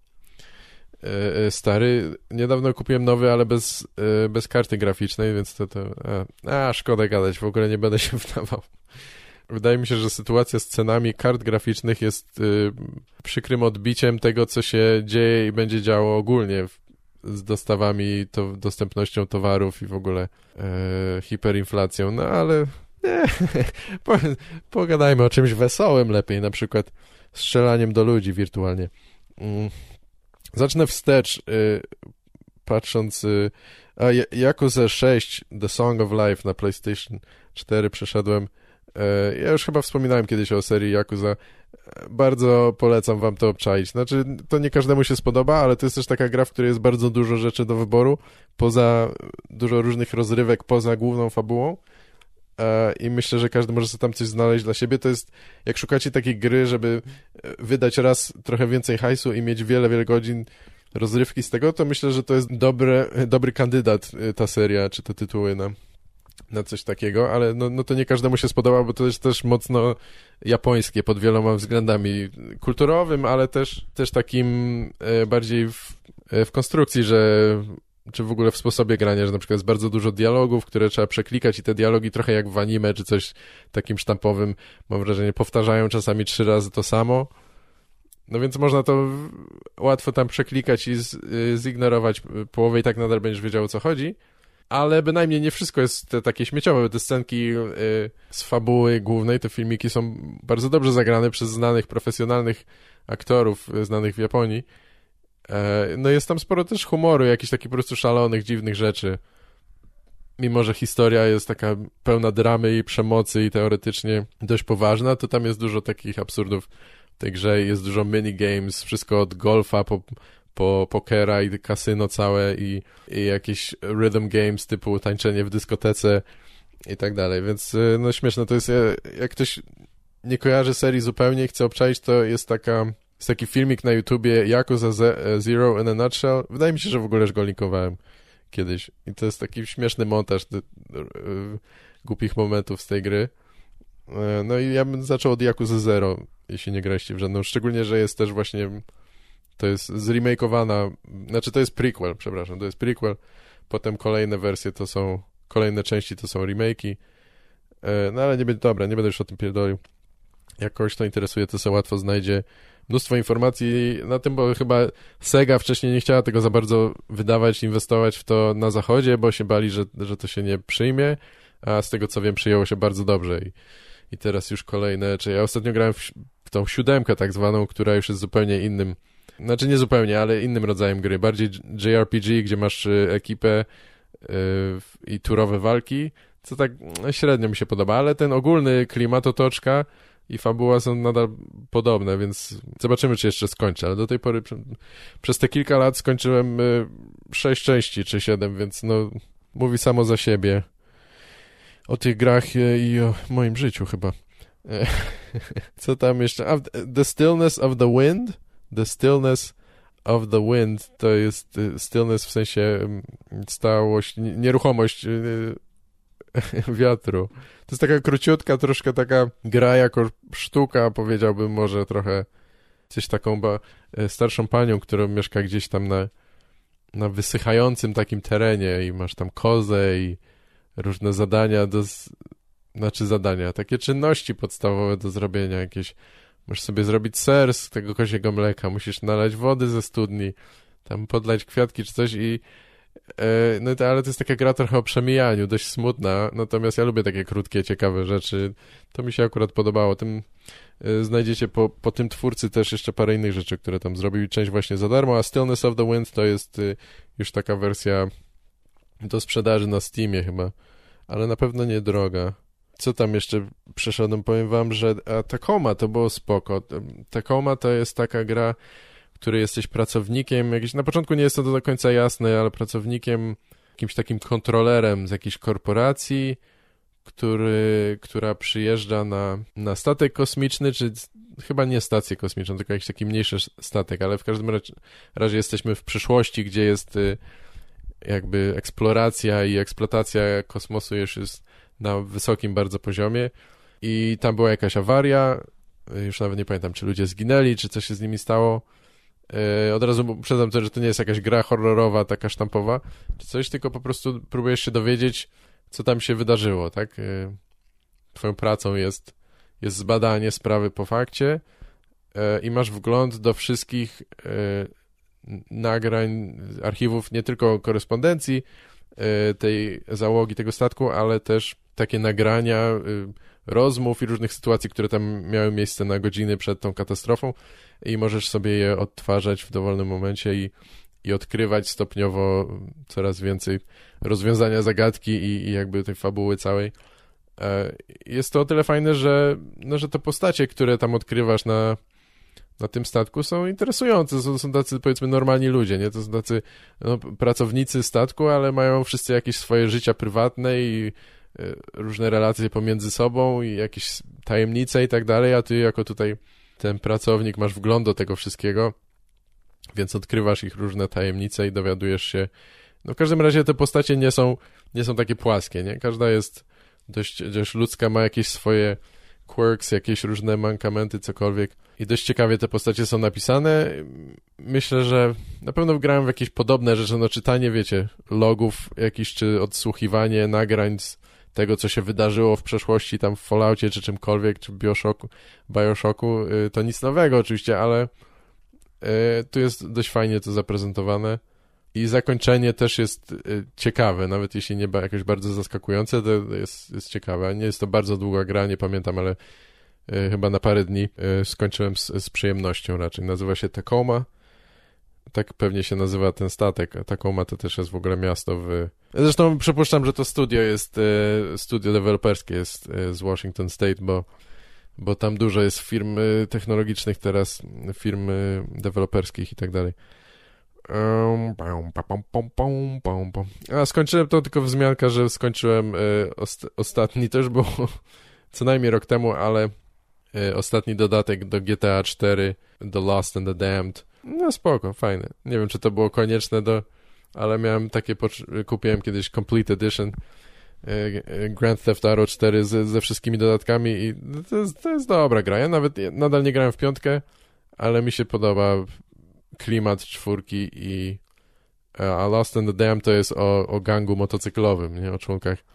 yy, stary. Niedawno kupiłem nowy, ale bez, yy, bez karty graficznej, więc to... to a, a, szkoda gadać, w ogóle nie będę się wdawał. Wydaje mi się, że sytuacja z cenami kart graficznych jest yy, przykrym odbiciem tego, co się dzieje i będzie działo ogólnie w z dostawami, to dostępnością towarów i w ogóle e, hiperinflacją, no ale nie, po, pogadajmy o czymś wesołym lepiej, na przykład strzelaniem do ludzi wirtualnie. Mm. Zacznę wstecz, y, patrząc y, a Yakuza sześć The Song of Life na PlayStation cztery przeszedłem. E, ja już chyba wspominałem kiedyś o serii Yakuza. Bardzo polecam wam to obczaić. Znaczy, to nie każdemu się spodoba, ale to jest też taka gra, w której jest bardzo dużo rzeczy do wyboru, poza dużo różnych rozrywek, poza główną fabułą. E, I myślę, że każdy może sobie tam coś znaleźć dla siebie. To jest, jak szukacie takiej gry, żeby wydać raz trochę więcej hajsu i mieć wiele, wiele godzin rozrywki z tego, to myślę, że to jest dobre, dobry kandydat ta seria, czy te tytuły na... na coś takiego, ale no, no to nie każdemu się spodoba, bo to jest też mocno japońskie pod wieloma względami. Kulturowym, ale też, też takim e, bardziej w, e, w konstrukcji, że czy w ogóle w sposobie grania, że na przykład jest bardzo dużo dialogów, które trzeba przeklikać i te dialogi trochę jak w anime, czy coś takim sztampowym, mam wrażenie, powtarzają czasami trzy razy to samo. No więc można to łatwo tam przeklikać i z, y, zignorować połowę i tak nadal będziesz wiedział, o co chodzi. Ale bynajmniej nie wszystko jest te takie śmieciowe, te scenki y, z fabuły głównej, te filmiki są bardzo dobrze zagrane przez znanych, profesjonalnych aktorów y, znanych w Japonii. E, no jest tam sporo też humoru, jakichś takich po prostu szalonych, dziwnych rzeczy. Mimo że historia jest taka pełna dramy i przemocy i teoretycznie dość poważna, to tam jest dużo takich absurdów w tej grze. Jest dużo minigames, wszystko od golfa po... po pokera i kasyno całe i, i jakieś rhythm games typu tańczenie w dyskotece i tak dalej, więc no śmieszne to jest, jak ktoś nie kojarzy serii zupełnie i chce obczaić, to jest taka, jest taki filmik na YouTubie Yakuza Zero in a Nutshell, wydaje mi się, że w ogóle już go linkowałem kiedyś i to jest taki śmieszny montaż ty, y, głupich momentów z tej gry. No i ja bym zaczął od Yakuza Zero, jeśli nie graliście w żadną, szczególnie, że jest też właśnie to jest zremakeowana, znaczy to jest prequel, przepraszam, to jest prequel, potem kolejne wersje to są, kolejne części to są remake'i, No ale nie będzie, dobra, nie będę już o tym pierdolił. Jak kogoś to interesuje, to sobie łatwo znajdzie mnóstwo informacji na tym, bo chyba Sega wcześniej nie chciała tego za bardzo wydawać, inwestować w to na zachodzie, bo się bali, że, że to się nie przyjmie, a z tego co wiem przyjęło się bardzo dobrze i, i teraz już kolejne, czy ja ostatnio grałem w, w tą siódemkę tak zwaną, która już jest zupełnie innym, znaczy nie zupełnie, ale innym rodzajem gry, bardziej J R P G, gdzie masz ekipę yy, i turowe walki, co tak no, średnio mi się podoba, ale ten ogólny klimat, otoczka i fabuła są nadal podobne, więc zobaczymy, czy jeszcze skończę, ale do tej pory prze, przez te kilka lat skończyłem y, sześć części, czy siedem, więc no mówi samo za siebie o tych grach y, i o moim życiu chyba. Co tam jeszcze? A, The Stillness of the Wind? The Stillness of the Wind to jest y, stillness w sensie y, stałość, nieruchomość y, wiatru. To jest taka króciutka, troszkę taka gra jako sztuka, powiedziałbym może trochę coś taką ba, starszą panią, która mieszka gdzieś tam na, na wysychającym takim terenie i masz tam kozę i różne zadania do, znaczy zadania, takie czynności podstawowe do zrobienia jakieś. Możesz sobie zrobić ser z tego koziego mleka, musisz nalać wody ze studni, tam podlać kwiatki czy coś i no to, ale to jest taka gra trochę o przemijaniu, dość smutna, natomiast ja lubię takie krótkie, ciekawe rzeczy. To mi się akurat podobało. Tym y, znajdziecie po, po tym twórcy też jeszcze parę innych rzeczy, które tam zrobił i część właśnie za darmo, a Stillness of the Wind to jest y, już taka wersja do sprzedaży na Steamie chyba, ale na pewno nie droga. Co tam jeszcze przeszedłem? Powiem wam, że a Tacoma to było spoko. Tacoma to jest taka gra, który jesteś pracownikiem, jakiś, na początku nie jest to do końca jasne, ale pracownikiem, jakimś takim kontrolerem z jakiejś korporacji, który, która przyjeżdża na, na statek kosmiczny, czy chyba nie stację kosmiczną, tylko jakiś taki mniejszy statek, ale w każdym razie jesteśmy w przyszłości, gdzie jest jakby eksploracja i eksploatacja kosmosu już jest na wysokim bardzo poziomie i tam była jakaś awaria, już nawet nie pamiętam, czy ludzie zginęli, czy coś się z nimi stało. Yy, od razu uprzedzam to, że to nie jest jakaś gra horrorowa, taka sztampowa, czy coś, tylko po prostu próbujesz się dowiedzieć, co tam się wydarzyło, tak? Yy, twoją pracą jest, jest zbadanie sprawy po fakcie yy, i masz wgląd do wszystkich yy, nagrań, archiwów, nie tylko korespondencji yy, tej załogi, tego statku, ale też takie nagrania yy, rozmów i różnych sytuacji, które tam miały miejsce na godziny przed tą katastrofą i możesz sobie je odtwarzać w dowolnym momencie i, i odkrywać stopniowo coraz więcej rozwiązania zagadki i, i jakby tej fabuły całej. Jest to o tyle fajne, że, no, że te postacie, które tam odkrywasz na, na tym statku są interesujące, są, są tacy powiedzmy normalni ludzie, nie? To są tacy no, pracownicy statku, ale mają wszyscy jakieś swoje życia prywatne i różne relacje pomiędzy sobą i jakieś tajemnice i tak dalej, a ty jako tutaj ten pracownik masz wgląd do tego wszystkiego, więc odkrywasz ich różne tajemnice i dowiadujesz się. No w każdym razie te postacie nie są, nie są takie płaskie, nie? Każda jest dość, dość ludzka, ma jakieś swoje quirks, jakieś różne mankamenty, cokolwiek i dość ciekawie te postacie są napisane. Myślę, że na pewno grałem w jakieś podobne rzeczy, no czytanie, wiecie, logów jakiś, czy odsłuchiwanie nagrań z tego, co się wydarzyło w przeszłości tam w Falloutie, czy czymkolwiek, czy Bioshocku, Bioshocku, to nic nowego oczywiście, ale tu jest dość fajnie to zaprezentowane i zakończenie też jest ciekawe, nawet jeśli nie jakoś bardzo zaskakujące, to jest, jest ciekawe. Nie jest to bardzo długa gra, nie pamiętam, ale chyba na parę dni skończyłem z, z przyjemnością raczej. Nazywa się Tacoma. Tak pewnie się nazywa ten statek. Tacoma to też jest w ogóle miasto w... Zresztą przypuszczam, że to studio jest, studio deweloperskie jest z Washington State, bo, bo tam dużo jest firm technologicznych teraz, firm deweloperskich i tak dalej. A skończyłem to tylko wzmianka, że skończyłem ost- ostatni, to już było co najmniej rok temu, ale ostatni dodatek do G T A cztery, The Lost and the Damned. No spoko, fajne. Nie wiem, czy to było konieczne do... Ale miałem takie... Kupiłem kiedyś Complete Edition Grand Theft Auto cztery z, ze wszystkimi dodatkami i to jest, to jest dobra gra. Ja nawet nadal nie grałem w piątkę, ale mi się podoba klimat czwórki i... A Lost and the Damned to jest o, o gangu motocyklowym, nie? O członkach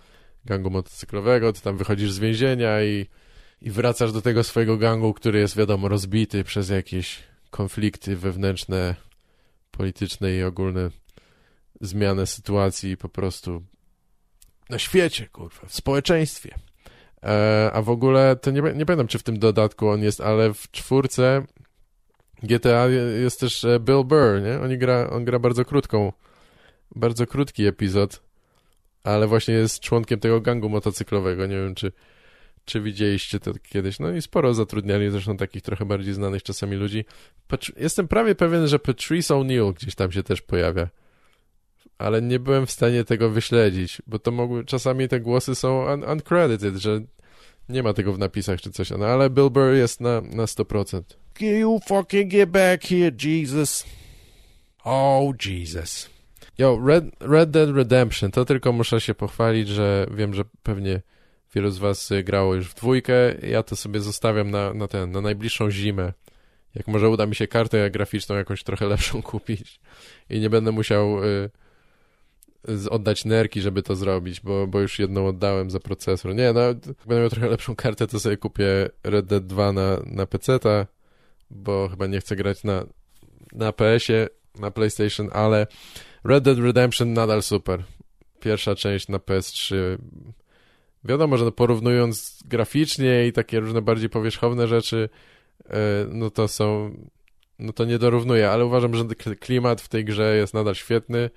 gangu motocyklowego, ty tam wychodzisz z więzienia i, i wracasz do tego swojego gangu, który jest, wiadomo, rozbity przez jakieś konflikty wewnętrzne, polityczne i ogólne zmianę sytuacji po prostu na świecie, kurwa, w społeczeństwie. E, a w ogóle, to nie, nie pamiętam, czy w tym dodatku on jest, ale w czwórce G T A jest też Bill Burr, nie? On gra, on gra bardzo krótką, bardzo krótki epizod, ale właśnie jest członkiem tego gangu motocyklowego. Nie wiem, czy, czy widzieliście to kiedyś. No i sporo zatrudniali zresztą takich trochę bardziej znanych czasami ludzi. Pat- Jestem prawie pewien, że Patrice O'Neal gdzieś tam się też pojawia. Ale nie byłem w stanie tego wyśledzić, bo to mogły, czasami te głosy są un- uncredited, że nie ma tego w napisach czy coś. No ale Bill Burr jest na, na sto procent. You fucking get back here, Jesus. Oh, Jesus. Yo, Red, Red Dead Redemption, to tylko muszę się pochwalić, że wiem, że pewnie wielu z was grało już w dwójkę. Ja to sobie zostawiam na, na ten, na najbliższą zimę. Jak może uda mi się kartę graficzną jakąś trochę lepszą kupić i nie będę musiał y, z, oddać nerki, żeby to zrobić, bo, bo już jedną oddałem za procesor. Nie, no, jak będę miał trochę lepszą kartę, to sobie kupię Red Dead dwa na, na peceta, bo chyba nie chcę grać na, na P S ie, na PlayStation, ale Red Dead Redemption nadal super. Pierwsza część na P S trzy. Wiadomo, że no porównując graficznie i takie różne bardziej powierzchowne rzeczy, no to są, no to nie dorównuje, ale uważam, że klimat w tej grze jest nadal świetny.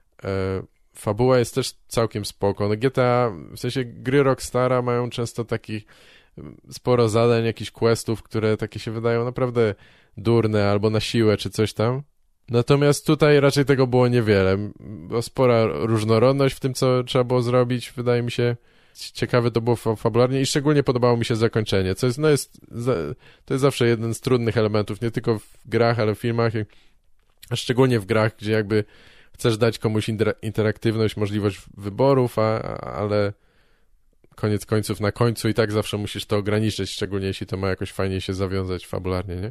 Fabuła jest też całkiem spoko. No G T A, w sensie gry Rockstara mają często takich sporo zadań, jakichś questów, które takie się wydają naprawdę durne albo na siłę czy coś tam. Natomiast tutaj raczej tego było niewiele. Była spora różnorodność w tym, co trzeba było zrobić. Wydaje mi się, ciekawe to było fabularnie i szczególnie podobało mi się zakończenie, co jest, no jest, to jest zawsze jeden z trudnych elementów, nie tylko w grach, ale w filmach, a szczególnie w grach, gdzie jakby chcesz dać komuś interaktywność, możliwość wyborów, a, ale koniec końców na końcu i tak zawsze musisz to ograniczyć, szczególnie jeśli to ma jakoś fajnie się zawiązać fabularnie, nie?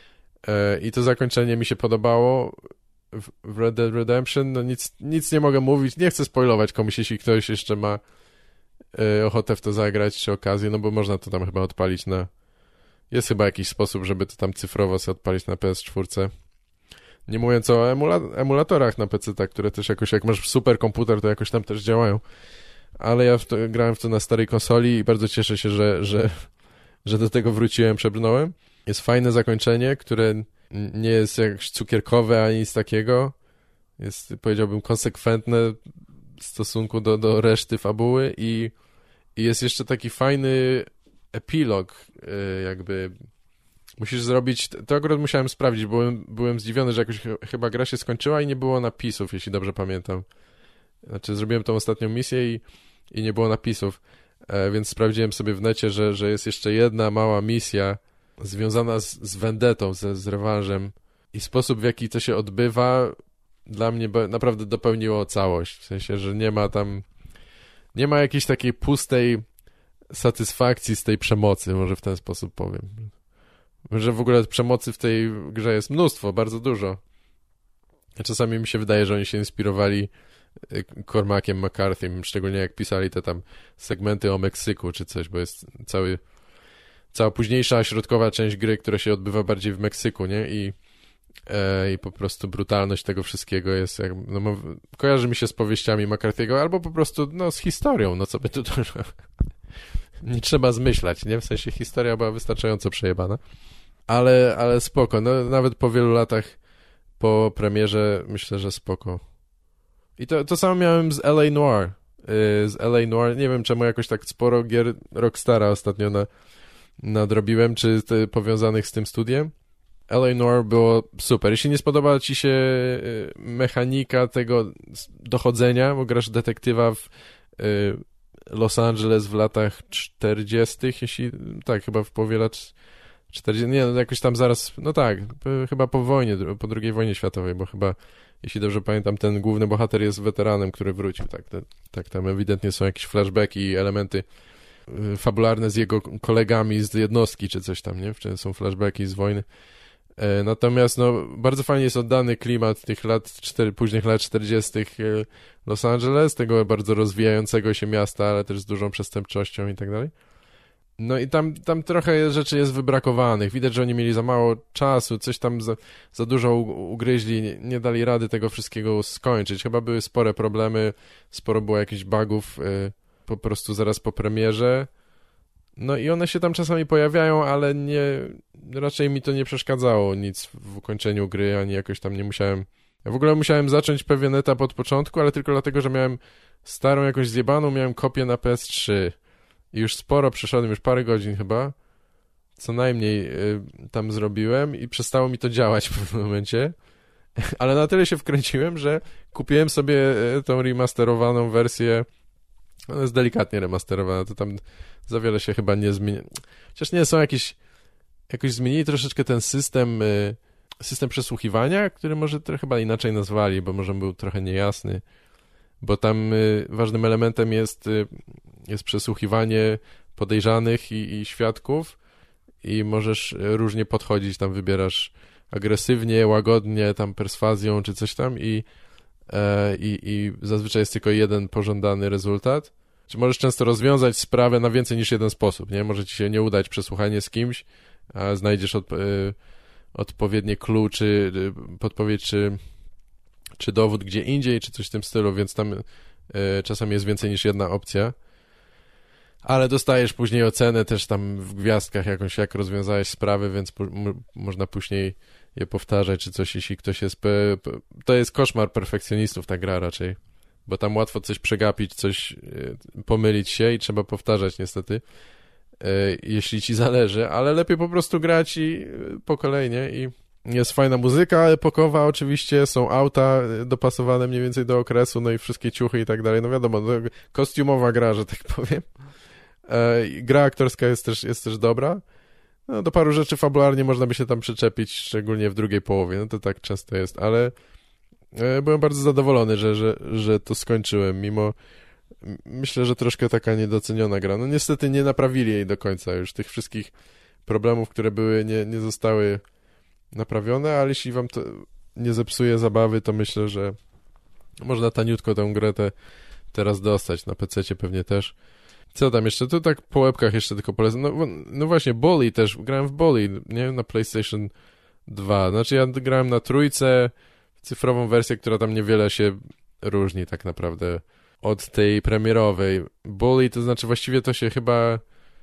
I to zakończenie mi się podobało w Red Dead Redemption. No nic, nic nie mogę mówić, nie chcę spoilować komuś, jeśli ktoś jeszcze ma ochotę w to zagrać, czy okazję, no bo można to tam chyba odpalić na... Jest chyba jakiś sposób, żeby to tam cyfrowo sobie odpalić na P S cztery. Nie mówiąc o emula- emulatorach na P C, które też jakoś, jak masz super komputer, to jakoś tam też działają. Ale ja w to, grałem w to na starej konsoli i bardzo cieszę się, że, że, że do tego wróciłem, przebrnąłem. Jest fajne zakończenie, które nie jest jakieś cukierkowe ani nic takiego. Jest, powiedziałbym, konsekwentne w stosunku do, do reszty fabuły i, i jest jeszcze taki fajny epilog, jakby musisz zrobić, to akurat musiałem sprawdzić, byłem, byłem zdziwiony, że jakoś ch- chyba gra się skończyła i nie było napisów, jeśli dobrze pamiętam. Znaczy zrobiłem tą ostatnią misję i, i nie było napisów, e, więc sprawdziłem sobie w necie, że, że jest jeszcze jedna mała misja związana z, z vendetą, z, z rewanżem i sposób, w jaki to się odbywa, dla mnie be, naprawdę dopełniło całość, w sensie, że nie ma tam nie ma jakiejś takiej pustej satysfakcji z tej przemocy, może w ten sposób powiem. Że w ogóle przemocy w tej grze jest mnóstwo, bardzo dużo. Czasami mi się wydaje, że oni się inspirowali Cormaciem McCarthy'm, szczególnie jak pisali te tam segmenty o Meksyku czy coś, bo jest cały, cała późniejsza, środkowa część gry, która się odbywa bardziej w Meksyku, nie? I, e, i po prostu brutalność tego wszystkiego jest, jak, no, kojarzy mi się z powieściami McCarthy'ego, albo po prostu, no, z historią, no co by tu dużo... Nie trzeba zmyślać, nie? W sensie historia była wystarczająco przejebana. Ale, ale spoko. No, nawet po wielu latach po premierze myślę, że spoko. I to, to samo miałem z L A Noire. Yy, z L A Noire. Nie wiem, czemu jakoś tak sporo gier Rockstara ostatnio na, nadrobiłem, czy te, powiązanych z tym studiem. L A Noire było super. Jeśli nie spodoba ci się yy, mechanika tego dochodzenia, bo grasz detektywa w... Yy, Los Angeles w latach czterdziestych, jeśli, tak, chyba w połowie lat czterdziestych, nie, no jakoś tam zaraz, no tak, chyba po wojnie, po drugiej wojnie światowej, bo chyba, jeśli dobrze pamiętam, ten główny bohater jest weteranem, który wrócił, tak, te, tak tam ewidentnie są jakieś flashbacki i elementy fabularne z jego kolegami z jednostki, czy coś tam, nie, są flashbacki z wojny, Natomiast no, bardzo fajnie jest oddany klimat tych lat, cztery, późnych lat czterdziestych Los Angeles, tego bardzo rozwijającego się miasta, ale też z dużą przestępczością i tak dalej. No i tam, tam trochę rzeczy jest wybrakowanych. Widać, że oni mieli za mało czasu, coś tam za, za dużo ugryźli, nie, nie dali rady tego wszystkiego skończyć. Chyba były spore problemy, sporo było jakichś bugów y, po prostu zaraz po premierze. No i one się tam czasami pojawiają, ale nie, raczej mi to nie przeszkadzało nic w ukończeniu gry, ani jakoś tam nie musiałem... Ja w ogóle musiałem zacząć pewien etap od początku, ale tylko dlatego, że miałem starą jakąś zjebaną, miałem kopię na P S trzy. I już sporo przeszedłem, już parę godzin chyba, co najmniej y, tam zrobiłem i przestało mi to działać w pewnym momencie. Ale na tyle się wkręciłem, że kupiłem sobie y, tą remasterowaną wersję. Ona jest delikatnie remasterowana, to tam za wiele się chyba nie zmieni. Chociaż nie, są jakieś... Jakoś zmienili troszeczkę ten system... Y, system przesłuchiwania, który może trochę chyba inaczej nazwali, bo może był trochę niejasny. Bo tam y, ważnym elementem jest, y, jest przesłuchiwanie podejrzanych i, i świadków i możesz y, różnie podchodzić, tam wybierasz agresywnie, łagodnie, tam perswazją czy coś tam i, e, i, i zazwyczaj jest tylko jeden pożądany rezultat. Czy możesz często rozwiązać sprawę na więcej niż jeden sposób, nie? Może ci się nie udać przesłuchanie z kimś, a znajdziesz od, y, odpowiednie clue, czy y, podpowiedź, czy czy dowód gdzie indziej, czy coś w tym stylu, więc tam y, czasami jest więcej niż jedna opcja. Ale dostajesz później ocenę też tam w gwiazdkach jakąś, jak rozwiązałeś sprawy, więc po, m- można później je powtarzać, czy coś, jeśli ktoś jest... P- p- to jest koszmar perfekcjonistów ta gra raczej, bo tam łatwo coś przegapić, coś y, pomylić się i trzeba powtarzać niestety, y, jeśli ci zależy, ale lepiej po prostu grać i y, po kolei, nie? I jest fajna muzyka epokowa oczywiście, są auta dopasowane mniej więcej do okresu, no i wszystkie ciuchy i tak dalej, no wiadomo, no, kostiumowa gra, że tak powiem. E, gra aktorska jest też, jest też dobra. No, do paru rzeczy fabularnie można by się tam przyczepić, szczególnie w drugiej połowie, no to tak często jest, ale e, byłem bardzo zadowolony, że, że, że to skończyłem, mimo myślę, że troszkę taka niedoceniona gra. No niestety nie naprawili jej do końca już, tych wszystkich problemów, które były, nie, nie zostały naprawione, ale jeśli wam to nie zepsuje zabawy, to myślę, że można taniutko tę grę te, teraz dostać, na pececie pewnie też. Co tam jeszcze? Tu tak po łebkach jeszcze tylko polecam. No, no właśnie, Bully też, grałem w Bully, nie? Na PlayStation dwa. Znaczy ja grałem na trójce, cyfrową wersję, która tam niewiele się różni tak naprawdę od tej premierowej. Bully to znaczy właściwie to się chyba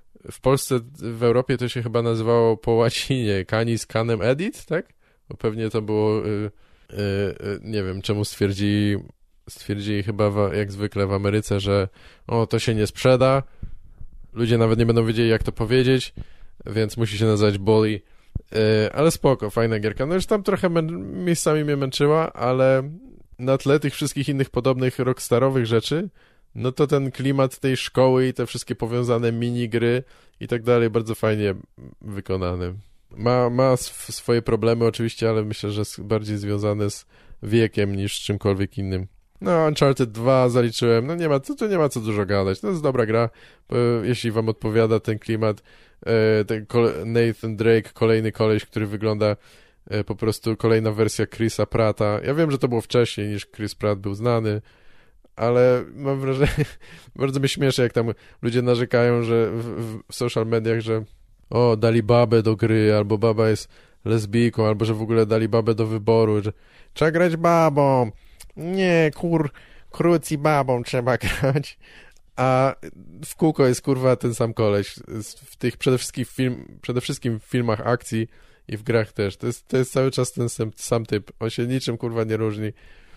w Polsce, w Europie to się chyba nazywało po łacinie Canis Canem Edit, tak? Bo pewnie to było, y, y, y, nie wiem, czemu stwierdzili, stwierdzili chyba w, jak zwykle w Ameryce, że o, to się nie sprzeda, ludzie nawet nie będą wiedzieli, jak to powiedzieć, więc musi się nazywać Bully, y, ale spoko, fajna gierka. No już tam trochę mę- miejscami mnie męczyła, ale na tle tych wszystkich innych podobnych rockstarowych rzeczy, no to ten klimat tej szkoły i te wszystkie powiązane minigry i tak dalej bardzo fajnie wykonane. Ma, ma sw- swoje problemy oczywiście, ale myślę, że bardziej związane z wiekiem niż z czymkolwiek innym. No, Uncharted dwa zaliczyłem, no nie ma, tu, tu nie ma co dużo gadać, to jest dobra gra, jeśli wam odpowiada ten klimat. E, ten Nathan Drake, kolejny koleś, który wygląda e, po prostu kolejna wersja Chrisa Pratta. Ja wiem, że to było wcześniej niż Chris Pratt był znany, ale mam wrażenie, bardzo mnie śmieszy, jak tam ludzie narzekają, że w, w social mediach, że o, dali babę do gry, albo baba jest lesbijką, albo że w ogóle dali babę do wyboru, że trzeba grać babą, nie, kur, króci babą trzeba grać, a w kółko jest kurwa ten sam koleś, w tych przede wszystkim, film, przede wszystkim w filmach akcji i w grach też, to jest, to jest cały czas ten sam, sam typ, on się niczym kurwa nie różni,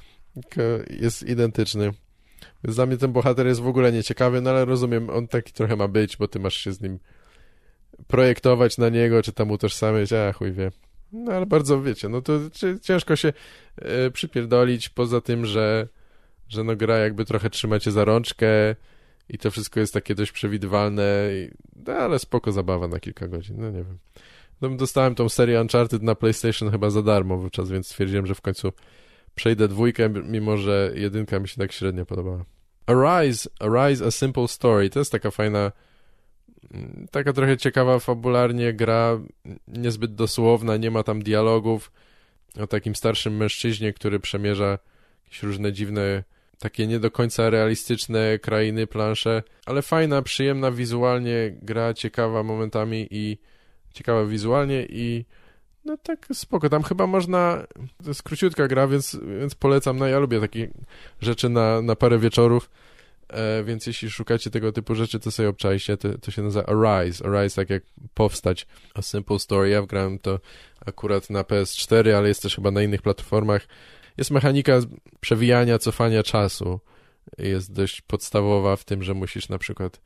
jest identyczny. Więc dla mnie ten bohater jest w ogóle nieciekawy, no ale rozumiem, on taki trochę ma być, bo ty masz się z nim projektować na niego, czy tam utożsamiać, a chuj wie. No ale bardzo, wiecie, no to ciężko się y, przypierdolić, poza tym, że, że no gra jakby trochę trzyma cię za rączkę i to wszystko jest takie dość przewidywalne, i, no, ale spoko zabawa na kilka godzin, no nie wiem. No, dostałem tą serię Uncharted na PlayStation chyba za darmo wówczas, więc stwierdziłem, że w końcu przejdę dwójkę, mimo że jedynka mi się tak średnio podobała. Arise, Arise a Simple Story, to jest taka fajna Taka trochę ciekawa fabularnie gra, niezbyt dosłowna, nie ma tam dialogów, o takim starszym mężczyźnie, który przemierza jakieś różne dziwne, takie nie do końca realistyczne krainy, plansze, ale fajna, przyjemna wizualnie gra, ciekawa momentami i ciekawa wizualnie i no tak spoko, tam chyba można, to jest króciutka gra, więc, więc polecam, no ja lubię takie rzeczy na, na parę wieczorów, e, więc jeśli szukacie tego typu rzeczy, to sobie obczajcie, to, to się nazywa Arise, Arise tak jak powstać, A Simple Story, ja wgrałem to akurat na P S cztery, ale jest też chyba na innych platformach. Jest mechanika przewijania, cofania czasu, jest dość podstawowa w tym, że musisz na przykład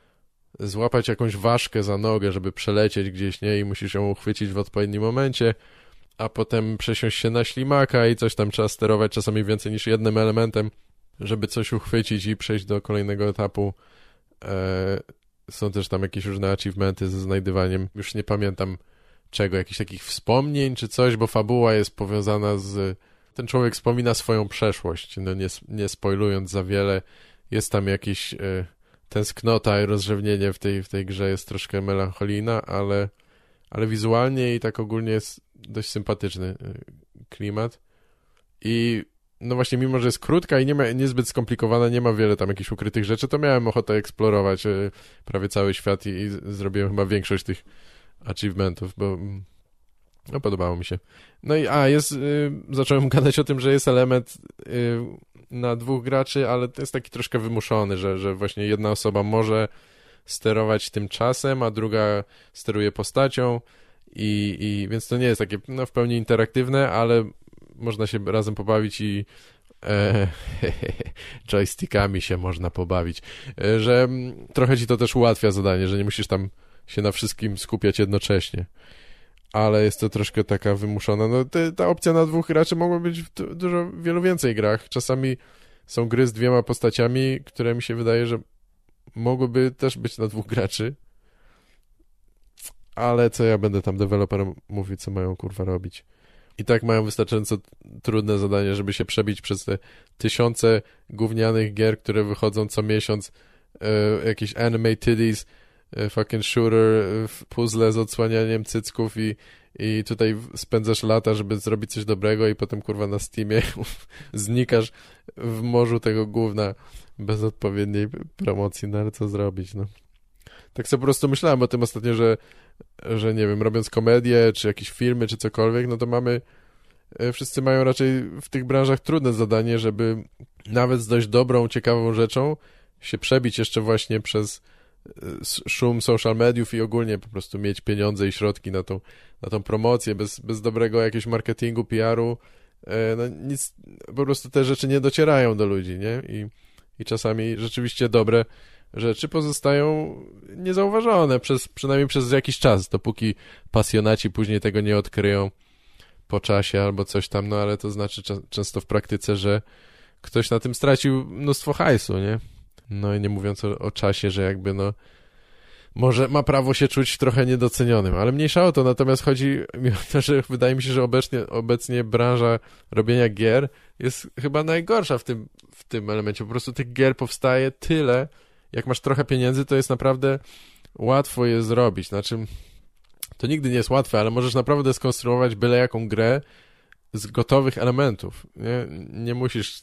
złapać jakąś ważkę za nogę, żeby przelecieć gdzieś, nie? I musisz ją uchwycić w odpowiednim momencie, a potem przesiąść się na ślimaka i coś tam trzeba sterować czasami więcej niż jednym elementem, żeby coś uchwycić i przejść do kolejnego etapu. Eee, są też tam jakieś różne achievementy ze znajdywaniem, już nie pamiętam czego, jakichś takich wspomnień czy coś, bo fabuła jest powiązana z... Ten człowiek wspomina swoją przeszłość, no nie, nie spoilując za wiele, jest tam jakieś... E, tęsknota i rozrzewnienie w tej, w tej grze jest troszkę melancholijna, ale, ale wizualnie i tak ogólnie jest dość sympatyczny klimat. I no właśnie, mimo że jest krótka i nie ma, niezbyt skomplikowana, nie ma wiele tam jakichś ukrytych rzeczy, to miałem ochotę eksplorować prawie cały świat i, i zrobiłem chyba większość tych achievementów, bo no podobało mi się. No i a, jest, y, zacząłem gadać o tym, że jest element y, na dwóch graczy, ale to jest taki troszkę wymuszony, że, że właśnie jedna osoba może sterować tym czasem, a druga steruje postacią i, i więc to nie jest takie no, w pełni interaktywne, ale można się razem pobawić i e, joystickami się można pobawić, e, że trochę ci to też ułatwia zadanie, że nie musisz tam się na wszystkim skupiać jednocześnie. Ale jest to troszkę taka wymuszona. No te, ta opcja na dwóch graczy mogła być w du- dużo, wielu więcej grach. Czasami są gry z dwiema postaciami, które mi się wydaje, że mogłyby też być na dwóch graczy. Ale co ja będę tam deweloperom mówić, co mają kurwa robić. I tak mają wystarczająco trudne zadanie, żeby się przebić przez te tysiące gównianych gier, które wychodzą co miesiąc. E, jakieś anime titties, fucking shooter, puzzle z odsłanianiem cycków i, i tutaj spędzasz lata, żeby zrobić coś dobrego i potem kurwa na Steamie znikasz w morzu tego gówna bez odpowiedniej promocji, no ale co zrobić, no. Tak sobie po prostu myślałem o tym ostatnio, że, że nie wiem, robiąc komedię, czy jakieś filmy, czy cokolwiek, no to mamy, wszyscy mają raczej w tych branżach trudne zadanie, żeby nawet z dość dobrą, ciekawą rzeczą się przebić jeszcze właśnie przez szum social mediów i ogólnie po prostu mieć pieniądze i środki na tą, na tą promocję, bez, bez dobrego jakiegoś marketingu, P R u, no nic, po prostu te rzeczy nie docierają do ludzi, nie? I, i czasami rzeczywiście dobre rzeczy pozostają niezauważone, przez, przynajmniej przez jakiś czas, dopóki pasjonaci później tego nie odkryją po czasie albo coś tam, no ale to znaczy często w praktyce, że ktoś na tym stracił mnóstwo hajsu, nie? No i nie mówiąc o, o czasie, że jakby no może ma prawo się czuć trochę niedocenionym, ale mniejsza o to, natomiast chodzi mi o to, że wydaje mi się, że obecnie, obecnie branża robienia gier jest chyba najgorsza w tym, w tym elemencie. Po prostu tych gier powstaje tyle, jak masz trochę pieniędzy, to jest naprawdę łatwo je zrobić. Znaczy, to nigdy nie jest łatwe, ale możesz naprawdę skonstruować byle jaką grę z gotowych elementów. Nie, nie musisz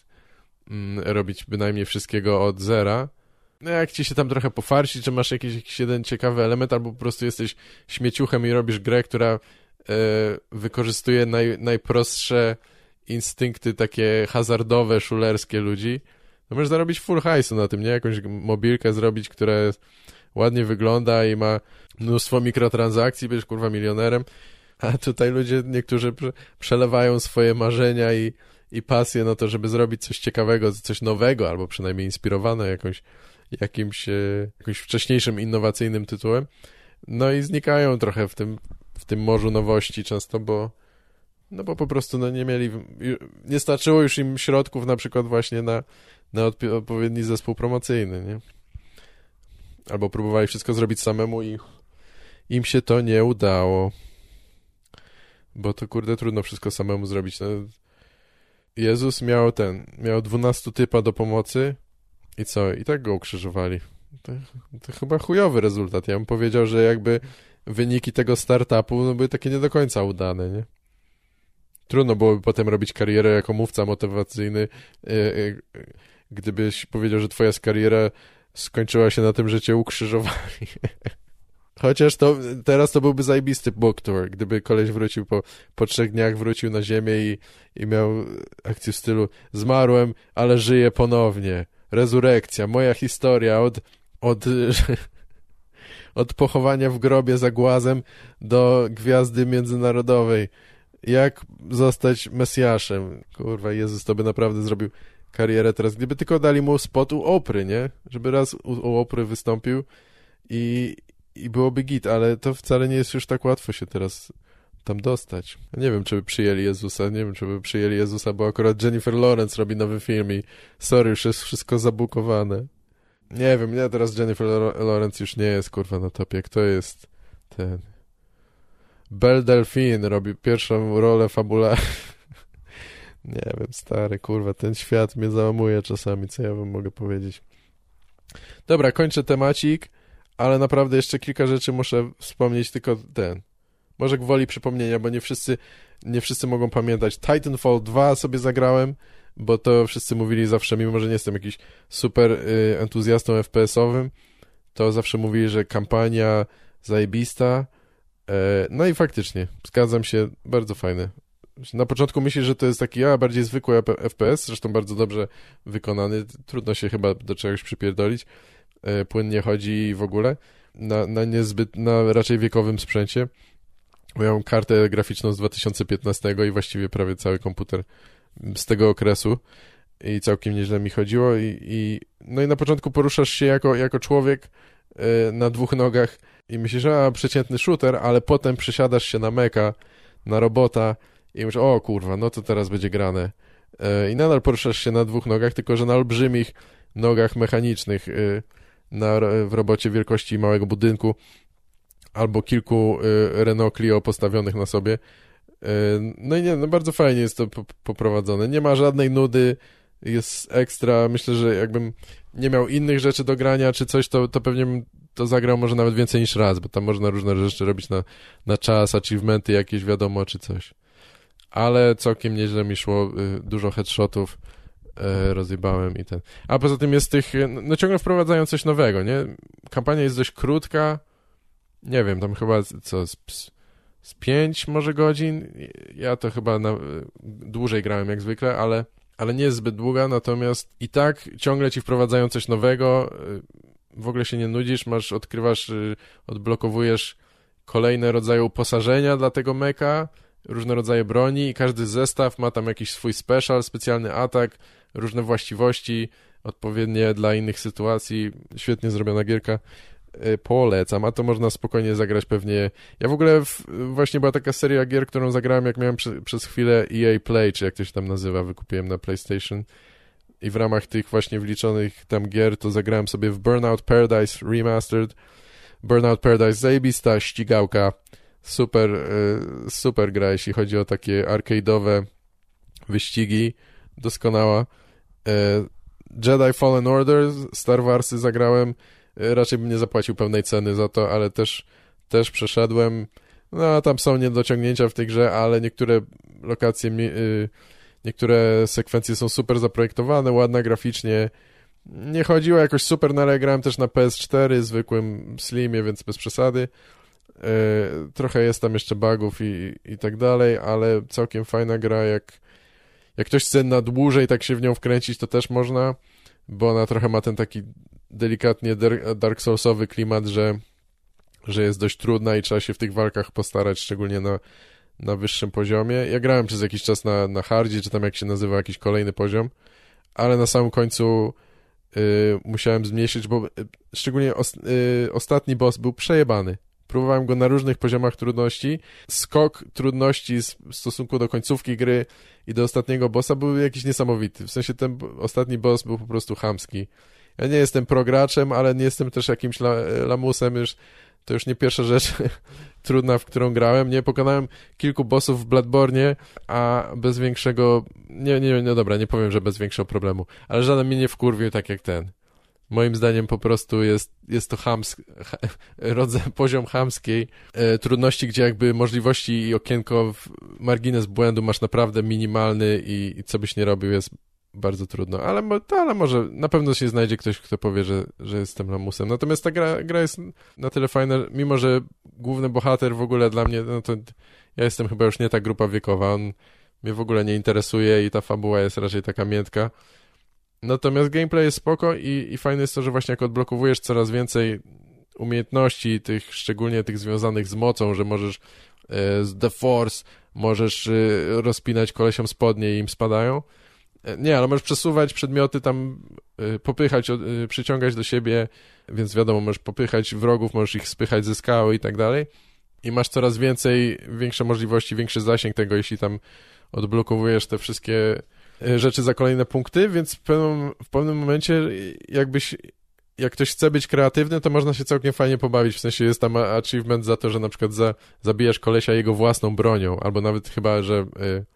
robić bynajmniej wszystkiego od zera. No jak ci się tam trochę pofarsi, czy masz jakiś, jakiś jeden ciekawy element, albo po prostu jesteś śmieciuchem i robisz grę, która e, wykorzystuje naj, najprostsze instynkty takie hazardowe, szulerskie ludzi, to możesz zarobić full hajsu na tym, nie? Jakąś mobilkę zrobić, która ładnie wygląda i ma mnóstwo mikrotransakcji, będziesz kurwa milionerem, a tutaj ludzie, niektórzy prze, przelewają swoje marzenia i i pasję na to, żeby zrobić coś ciekawego, coś nowego, albo przynajmniej inspirowane jakąś, jakimś, jakimś wcześniejszym, innowacyjnym tytułem. No i znikają trochę w tym, w tym morzu nowości często, bo no bo po prostu no nie mieli, nie starczyło już im środków na przykład właśnie na, na odpowiedni zespół promocyjny, nie? Albo próbowali wszystko zrobić samemu i im się to nie udało. Bo to kurde trudno wszystko samemu zrobić, no. Jezus miał ten, miał dwunastu typa do pomocy i co? I tak go ukrzyżowali. To, to chyba chujowy rezultat. Ja bym powiedział, że jakby wyniki tego startupu no, były takie nie do końca udane, nie? Trudno byłoby potem robić karierę jako mówca motywacyjny, yy, yy, gdybyś powiedział, że twoja kariera skończyła się na tym, że cię ukrzyżowali. Chociaż to teraz to byłby zajebisty book tour, gdyby koleś wrócił po, po trzech dniach, wrócił na ziemię i, i miał akcję w stylu zmarłem, ale żyję ponownie. Rezurekcja, moja historia od, od, od pochowania w grobie za głazem do gwiazdy międzynarodowej. Jak zostać Mesjaszem? Kurwa, Jezus to by naprawdę zrobił karierę teraz. Gdyby tylko dali mu spot u Opry, nie? Żeby raz u, u Opry wystąpił i, i byłoby git, ale to wcale nie jest już tak łatwo się teraz tam dostać. Nie wiem, czy by przyjęli Jezusa, nie wiem, czy by przyjęli Jezusa, bo akurat Jennifer Lawrence robi nowy film i sorry, już jest wszystko zabukowane. Nie wiem, nie, teraz Jennifer Lawrence już nie jest, kurwa, na topie. Kto jest ten... Belle Delphine robi pierwszą rolę fabularną. Nie wiem, stary, kurwa, ten świat mnie załamuje czasami, co ja wam mogę powiedzieć. Dobra, kończę temacik, ale naprawdę jeszcze kilka rzeczy muszę wspomnieć, tylko ten... Może gwoli przypomnienia, bo nie wszyscy, nie wszyscy mogą pamiętać. Titanfall dwa sobie zagrałem, bo to wszyscy mówili zawsze, mimo że nie jestem jakiś super y, entuzjastą F P S-owym, to zawsze mówili, że kampania zajebista. E, no i faktycznie, zgadzam się, bardzo fajne. Na początku myślisz, że to jest taki a, bardziej zwykły F P S, zresztą bardzo dobrze wykonany. Trudno się chyba do czegoś przypierdolić. E, płynnie chodzi w ogóle. Na, na niezbyt, na raczej wiekowym sprzęcie. Bo ja mam kartę graficzną z dwa tysiące piętnastego i właściwie prawie cały komputer z tego okresu i całkiem nieźle mi chodziło i, i no i na początku poruszasz się jako, jako człowiek yy, na dwóch nogach i myślisz, a przeciętny shooter, ale potem przesiadasz się na meka, na robota i myślisz, o kurwa, no to teraz będzie grane. Yy, I nadal poruszasz się na dwóch nogach, tylko że na olbrzymich nogach mechanicznych yy, na, w robocie wielkości małego budynku albo kilku y, Renault Clio postawionych na sobie. Y, no i nie, no bardzo fajnie jest to po, poprowadzone. Nie ma żadnej nudy, jest ekstra. Myślę, że jakbym nie miał innych rzeczy do grania czy coś, to, to pewnie bym to zagrał może nawet więcej niż raz, bo tam można różne rzeczy robić na, na czas, achievementy jakieś wiadomo, czy coś. Ale całkiem nieźle mi szło, y, dużo headshotów y, rozjebałem i ten. A poza tym jest tych, no ciągle wprowadzają coś nowego, nie? Kampania jest dość krótka. Nie wiem, tam chyba co, z, z pięć może godzin. Ja to chyba na, dłużej grałem jak zwykle, ale, ale nie jest zbyt długa, natomiast i tak ciągle ci wprowadzają coś nowego, w ogóle się nie nudzisz, masz, odkrywasz, odblokowujesz kolejne rodzaje uposażenia dla tego meka, różne rodzaje broni i każdy zestaw ma tam jakiś swój special, specjalny atak, różne właściwości, odpowiednie dla innych sytuacji. Świetnie zrobiona gierka. Polecam, a to można spokojnie zagrać pewnie. Ja w ogóle w, właśnie była taka seria gier, którą zagrałem jak miałem przy, przez chwilę E A Play, czy jak to się tam nazywa, wykupiłem na PlayStation i w ramach tych właśnie wliczonych tam gier to zagrałem sobie w Burnout Paradise Remastered. Burnout Paradise zajebista ścigałka, super, super gra, jeśli chodzi o takie arcade'owe wyścigi, doskonała. Jedi Fallen Order, Star Warsy zagrałem. Raczej bym nie zapłacił pełnej ceny za to, ale też, też przeszedłem. No, tam są niedociągnięcia w tej grze, ale niektóre lokacje, niektóre sekwencje są super zaprojektowane, ładne graficznie. Nie chodziło jakoś super, no ale grałem też na P S cztery, zwykłym Slimie, więc bez przesady. Trochę jest tam jeszcze bugów i, i tak dalej, ale całkiem fajna gra. Jak, jak ktoś chce na dłużej tak się w nią wkręcić, to też można, bo ona trochę ma ten taki delikatnie Dark Soulsowy klimat, że, że jest dość trudna i trzeba się w tych walkach postarać, szczególnie na, na wyższym poziomie. Ja grałem przez jakiś czas na, na hardzie, czy tam jak się nazywa jakiś kolejny poziom, ale na samym końcu y, musiałem zmniejszyć, bo y, szczególnie os, y, ostatni boss był przejebany. Próbowałem go na różnych poziomach trudności. Skok trudności w stosunku do końcówki gry i do ostatniego bossa był jakiś niesamowity. W sensie ten ostatni boss był po prostu chamski. Ja nie jestem prograczem, ale nie jestem też jakimś la, lamusem, już, to już nie pierwsza rzecz trudna, w którą grałem. Nie, pokonałem kilku bossów w Bloodborne, a bez większego, nie, nie, no dobra, nie powiem, że bez większego problemu, ale żaden mnie nie wkurwił tak jak ten. moim zdaniem po prostu jest, jest to chams, rodzaj, poziom chamskiej e, trudności, gdzie jakby możliwości i okienko, w margines błędu masz naprawdę minimalny i, i co byś nie robił jest bardzo trudno, ale, to, ale może na pewno się znajdzie ktoś, kto powie, że, że jestem lamusem. Natomiast ta gra, gra jest na tyle fajna, mimo że główny bohater w ogóle dla mnie, no to ja jestem chyba już nie ta grupa wiekowa, on mnie w ogóle nie interesuje i ta fabuła jest raczej taka miętka. Natomiast gameplay jest spoko i, i fajne jest to, że właśnie jak odblokowujesz coraz więcej umiejętności, tych szczególnie tych związanych z mocą, że możesz e, z The Force, możesz e, rozpinać kolesiom spodnie i im spadają. E, nie, ale możesz przesuwać przedmioty tam, e, popychać, e, przyciągać do siebie, więc wiadomo, możesz popychać wrogów, możesz ich spychać ze skały i tak dalej. I masz coraz więcej, większe możliwości, większy zasięg tego, jeśli tam odblokowujesz te wszystkie rzeczy za kolejne punkty, więc w pewnym, w pewnym momencie jakbyś, jak ktoś chce być kreatywny, to można się całkiem fajnie pobawić, w sensie jest tam achievement za to, że na przykład za, zabijasz kolesia jego własną bronią, albo nawet chyba, że, y,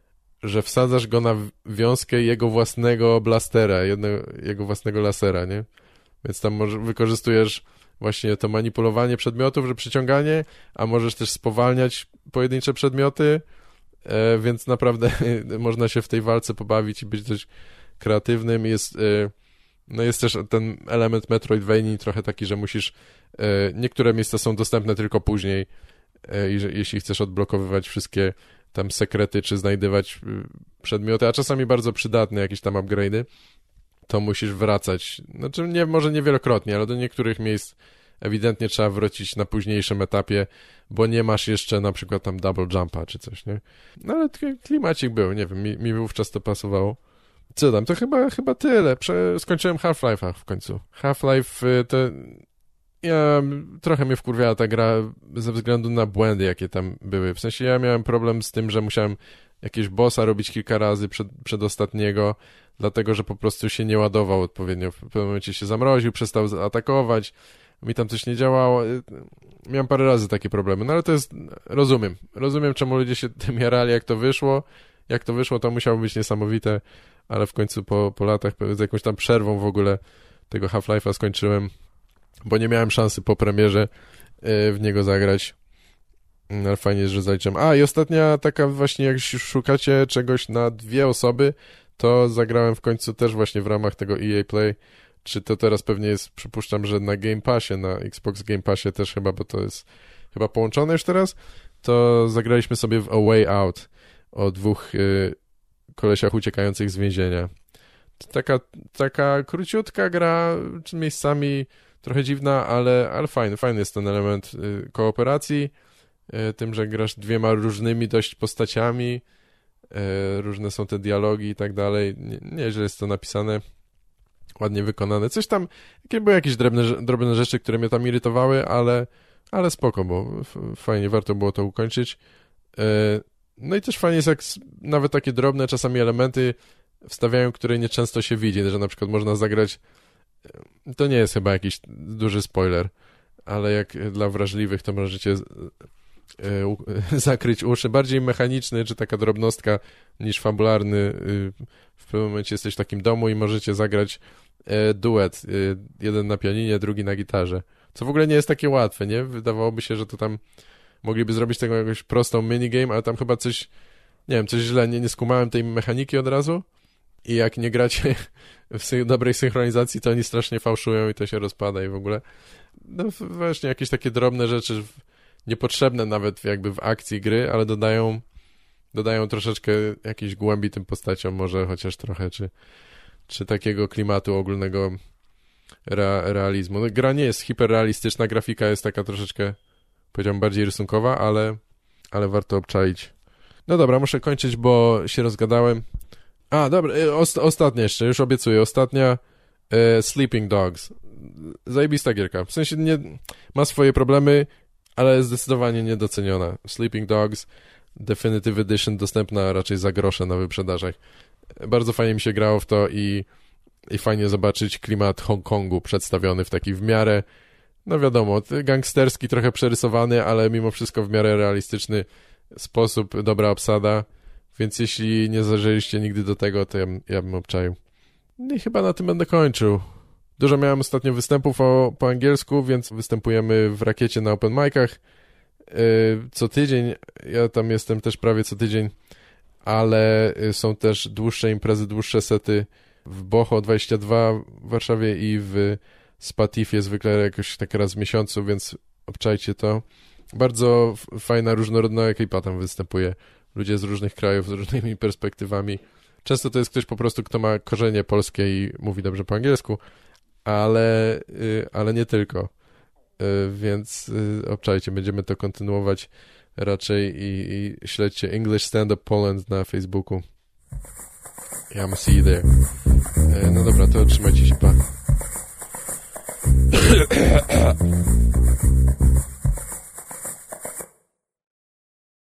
że wsadzasz go na wiązkę jego własnego blastera, jednego, jego własnego lasera, nie? Więc tam może, wykorzystujesz właśnie to manipulowanie przedmiotów, że przyciąganie, a możesz też spowalniać pojedyncze przedmioty, E, więc naprawdę można się w tej walce pobawić i być dość kreatywnym. Jest, e, no jest też ten element Metroidvanii trochę taki, że musisz, e, niektóre miejsca są dostępne tylko później e, i że, jeśli chcesz odblokowywać wszystkie tam sekrety, czy znajdywać e, przedmioty, a czasami bardzo przydatne jakieś tam upgrade'y, to musisz wracać, znaczy nie, może nie wielokrotnie, ale do niektórych miejsc ewidentnie trzeba wrócić na późniejszym etapie, bo nie masz jeszcze na przykład tam double jumpa czy coś, nie? No ale klimacik był, nie wiem, mi, mi wówczas to pasowało. Co tam, to chyba, chyba tyle. Prze- skończyłem Half-Life'a w końcu. Half-Life to... Ja, trochę mnie wkurwiała ta gra ze względu na błędy, jakie tam były. W sensie ja miałem problem z tym, że musiałem jakiegoś bossa robić kilka razy przed, przed ostatniego, dlatego, że po prostu się nie ładował odpowiednio. W pewnym momencie się zamroził, przestał atakować, mi tam coś nie działało. Miałem parę razy takie problemy, no ale to jest, rozumiem. Rozumiem, czemu ludzie się tym jarali, jak to wyszło. Jak to wyszło, to musiało być niesamowite, ale w końcu po, po latach, z jakąś tam przerwą w ogóle tego Half-Life'a skończyłem, bo nie miałem szansy po premierze w niego zagrać. Ale fajnie jest, że zaliczam. A, i ostatnia taka właśnie, jak szukacie czegoś na dwie osoby, to zagrałem w końcu też właśnie w ramach tego E A Play. Czy to teraz pewnie jest, przypuszczam, że na Game Passie, na Xbox Game Passie też chyba, bo to jest chyba połączone już teraz, to zagraliśmy sobie w A Way Out o dwóch y, kolesiach uciekających z więzienia. To taka, taka króciutka gra, czy miejscami trochę dziwna, ale, ale fajny, fajny jest ten element y, kooperacji, y, tym, że grasz dwiema różnymi dość postaciami, y, różne są te dialogi i tak dalej. Nie, nieźle jest to napisane. Ładnie wykonane. Coś tam, były jakieś drobne, drobne rzeczy, które mnie tam irytowały, ale, ale spoko, bo fajnie, warto było to ukończyć. No i też fajnie jest, jak nawet takie drobne czasami elementy wstawiają, które nieczęsto się widzi, że na przykład można zagrać, to nie jest chyba jakiś duży spoiler, ale jak dla wrażliwych to możecie zakryć uszy. Bardziej mechaniczny, czy taka drobnostka niż fabularny. W pewnym momencie jesteś w takim domu i możecie zagrać duet. Jeden na pianinie, drugi na gitarze. Co w ogóle nie jest takie łatwe, nie? Wydawałoby się, że to tam mogliby zrobić tego jakąś prostą minigame, ale tam chyba coś, nie wiem, coś źle, nie, nie skumałem tej mechaniki od razu i jak nie gracie w dobrej synchronizacji, to oni strasznie fałszują i to się rozpada i w ogóle no właśnie jakieś takie drobne rzeczy niepotrzebne nawet jakby w akcji gry, ale dodają dodają troszeczkę jakiejś głębi tym postaciom, może chociaż trochę, czy, czy takiego klimatu ogólnego rea, realizmu. No, gra nie jest hiperrealistyczna, grafika jest taka troszeczkę, powiedziałbym, bardziej rysunkowa, ale, ale warto obczaić. No dobra, muszę kończyć, bo się rozgadałem. A, dobra, ost- ostatnia jeszcze, już obiecuję, ostatnia e, Sleeping Dogs. Zajebista gierka, w sensie nie, ma swoje problemy, ale zdecydowanie niedoceniona. Sleeping Dogs Definitive Edition dostępna raczej za grosze na wyprzedażach. Bardzo fajnie mi się grało w to i, i fajnie zobaczyć klimat Hongkongu przedstawiony w taki w miarę, no wiadomo, gangsterski, trochę przerysowany, ale mimo wszystko w miarę realistyczny sposób, dobra obsada, więc jeśli nie zajrzeliście nigdy do tego, to ja, ja bym obczaił. No i chyba na tym będę kończył. Dużo miałem ostatnio występów o, po angielsku, więc występujemy w Rakiecie na open micach yy, co tydzień. Ja tam jestem też prawie co tydzień, ale są też dłuższe imprezy, dłuższe sety w Boho dwadzieścia dwa w Warszawie i w Spatifie zwykle jakoś tak raz w miesiącu, więc obczajcie to. Bardzo fajna, różnorodna ekipa tam występuje. Ludzie z różnych krajów, z różnymi perspektywami. Często to jest ktoś po prostu, kto ma korzenie polskie i mówi dobrze po angielsku, ale, ale nie tylko. Więc obczajcie, będziemy to kontynuować raczej i, i śledźcie English Stand Up Poland na Facebooku. Ja yeah, see you there. No dobra, to trzymajcie się, pa.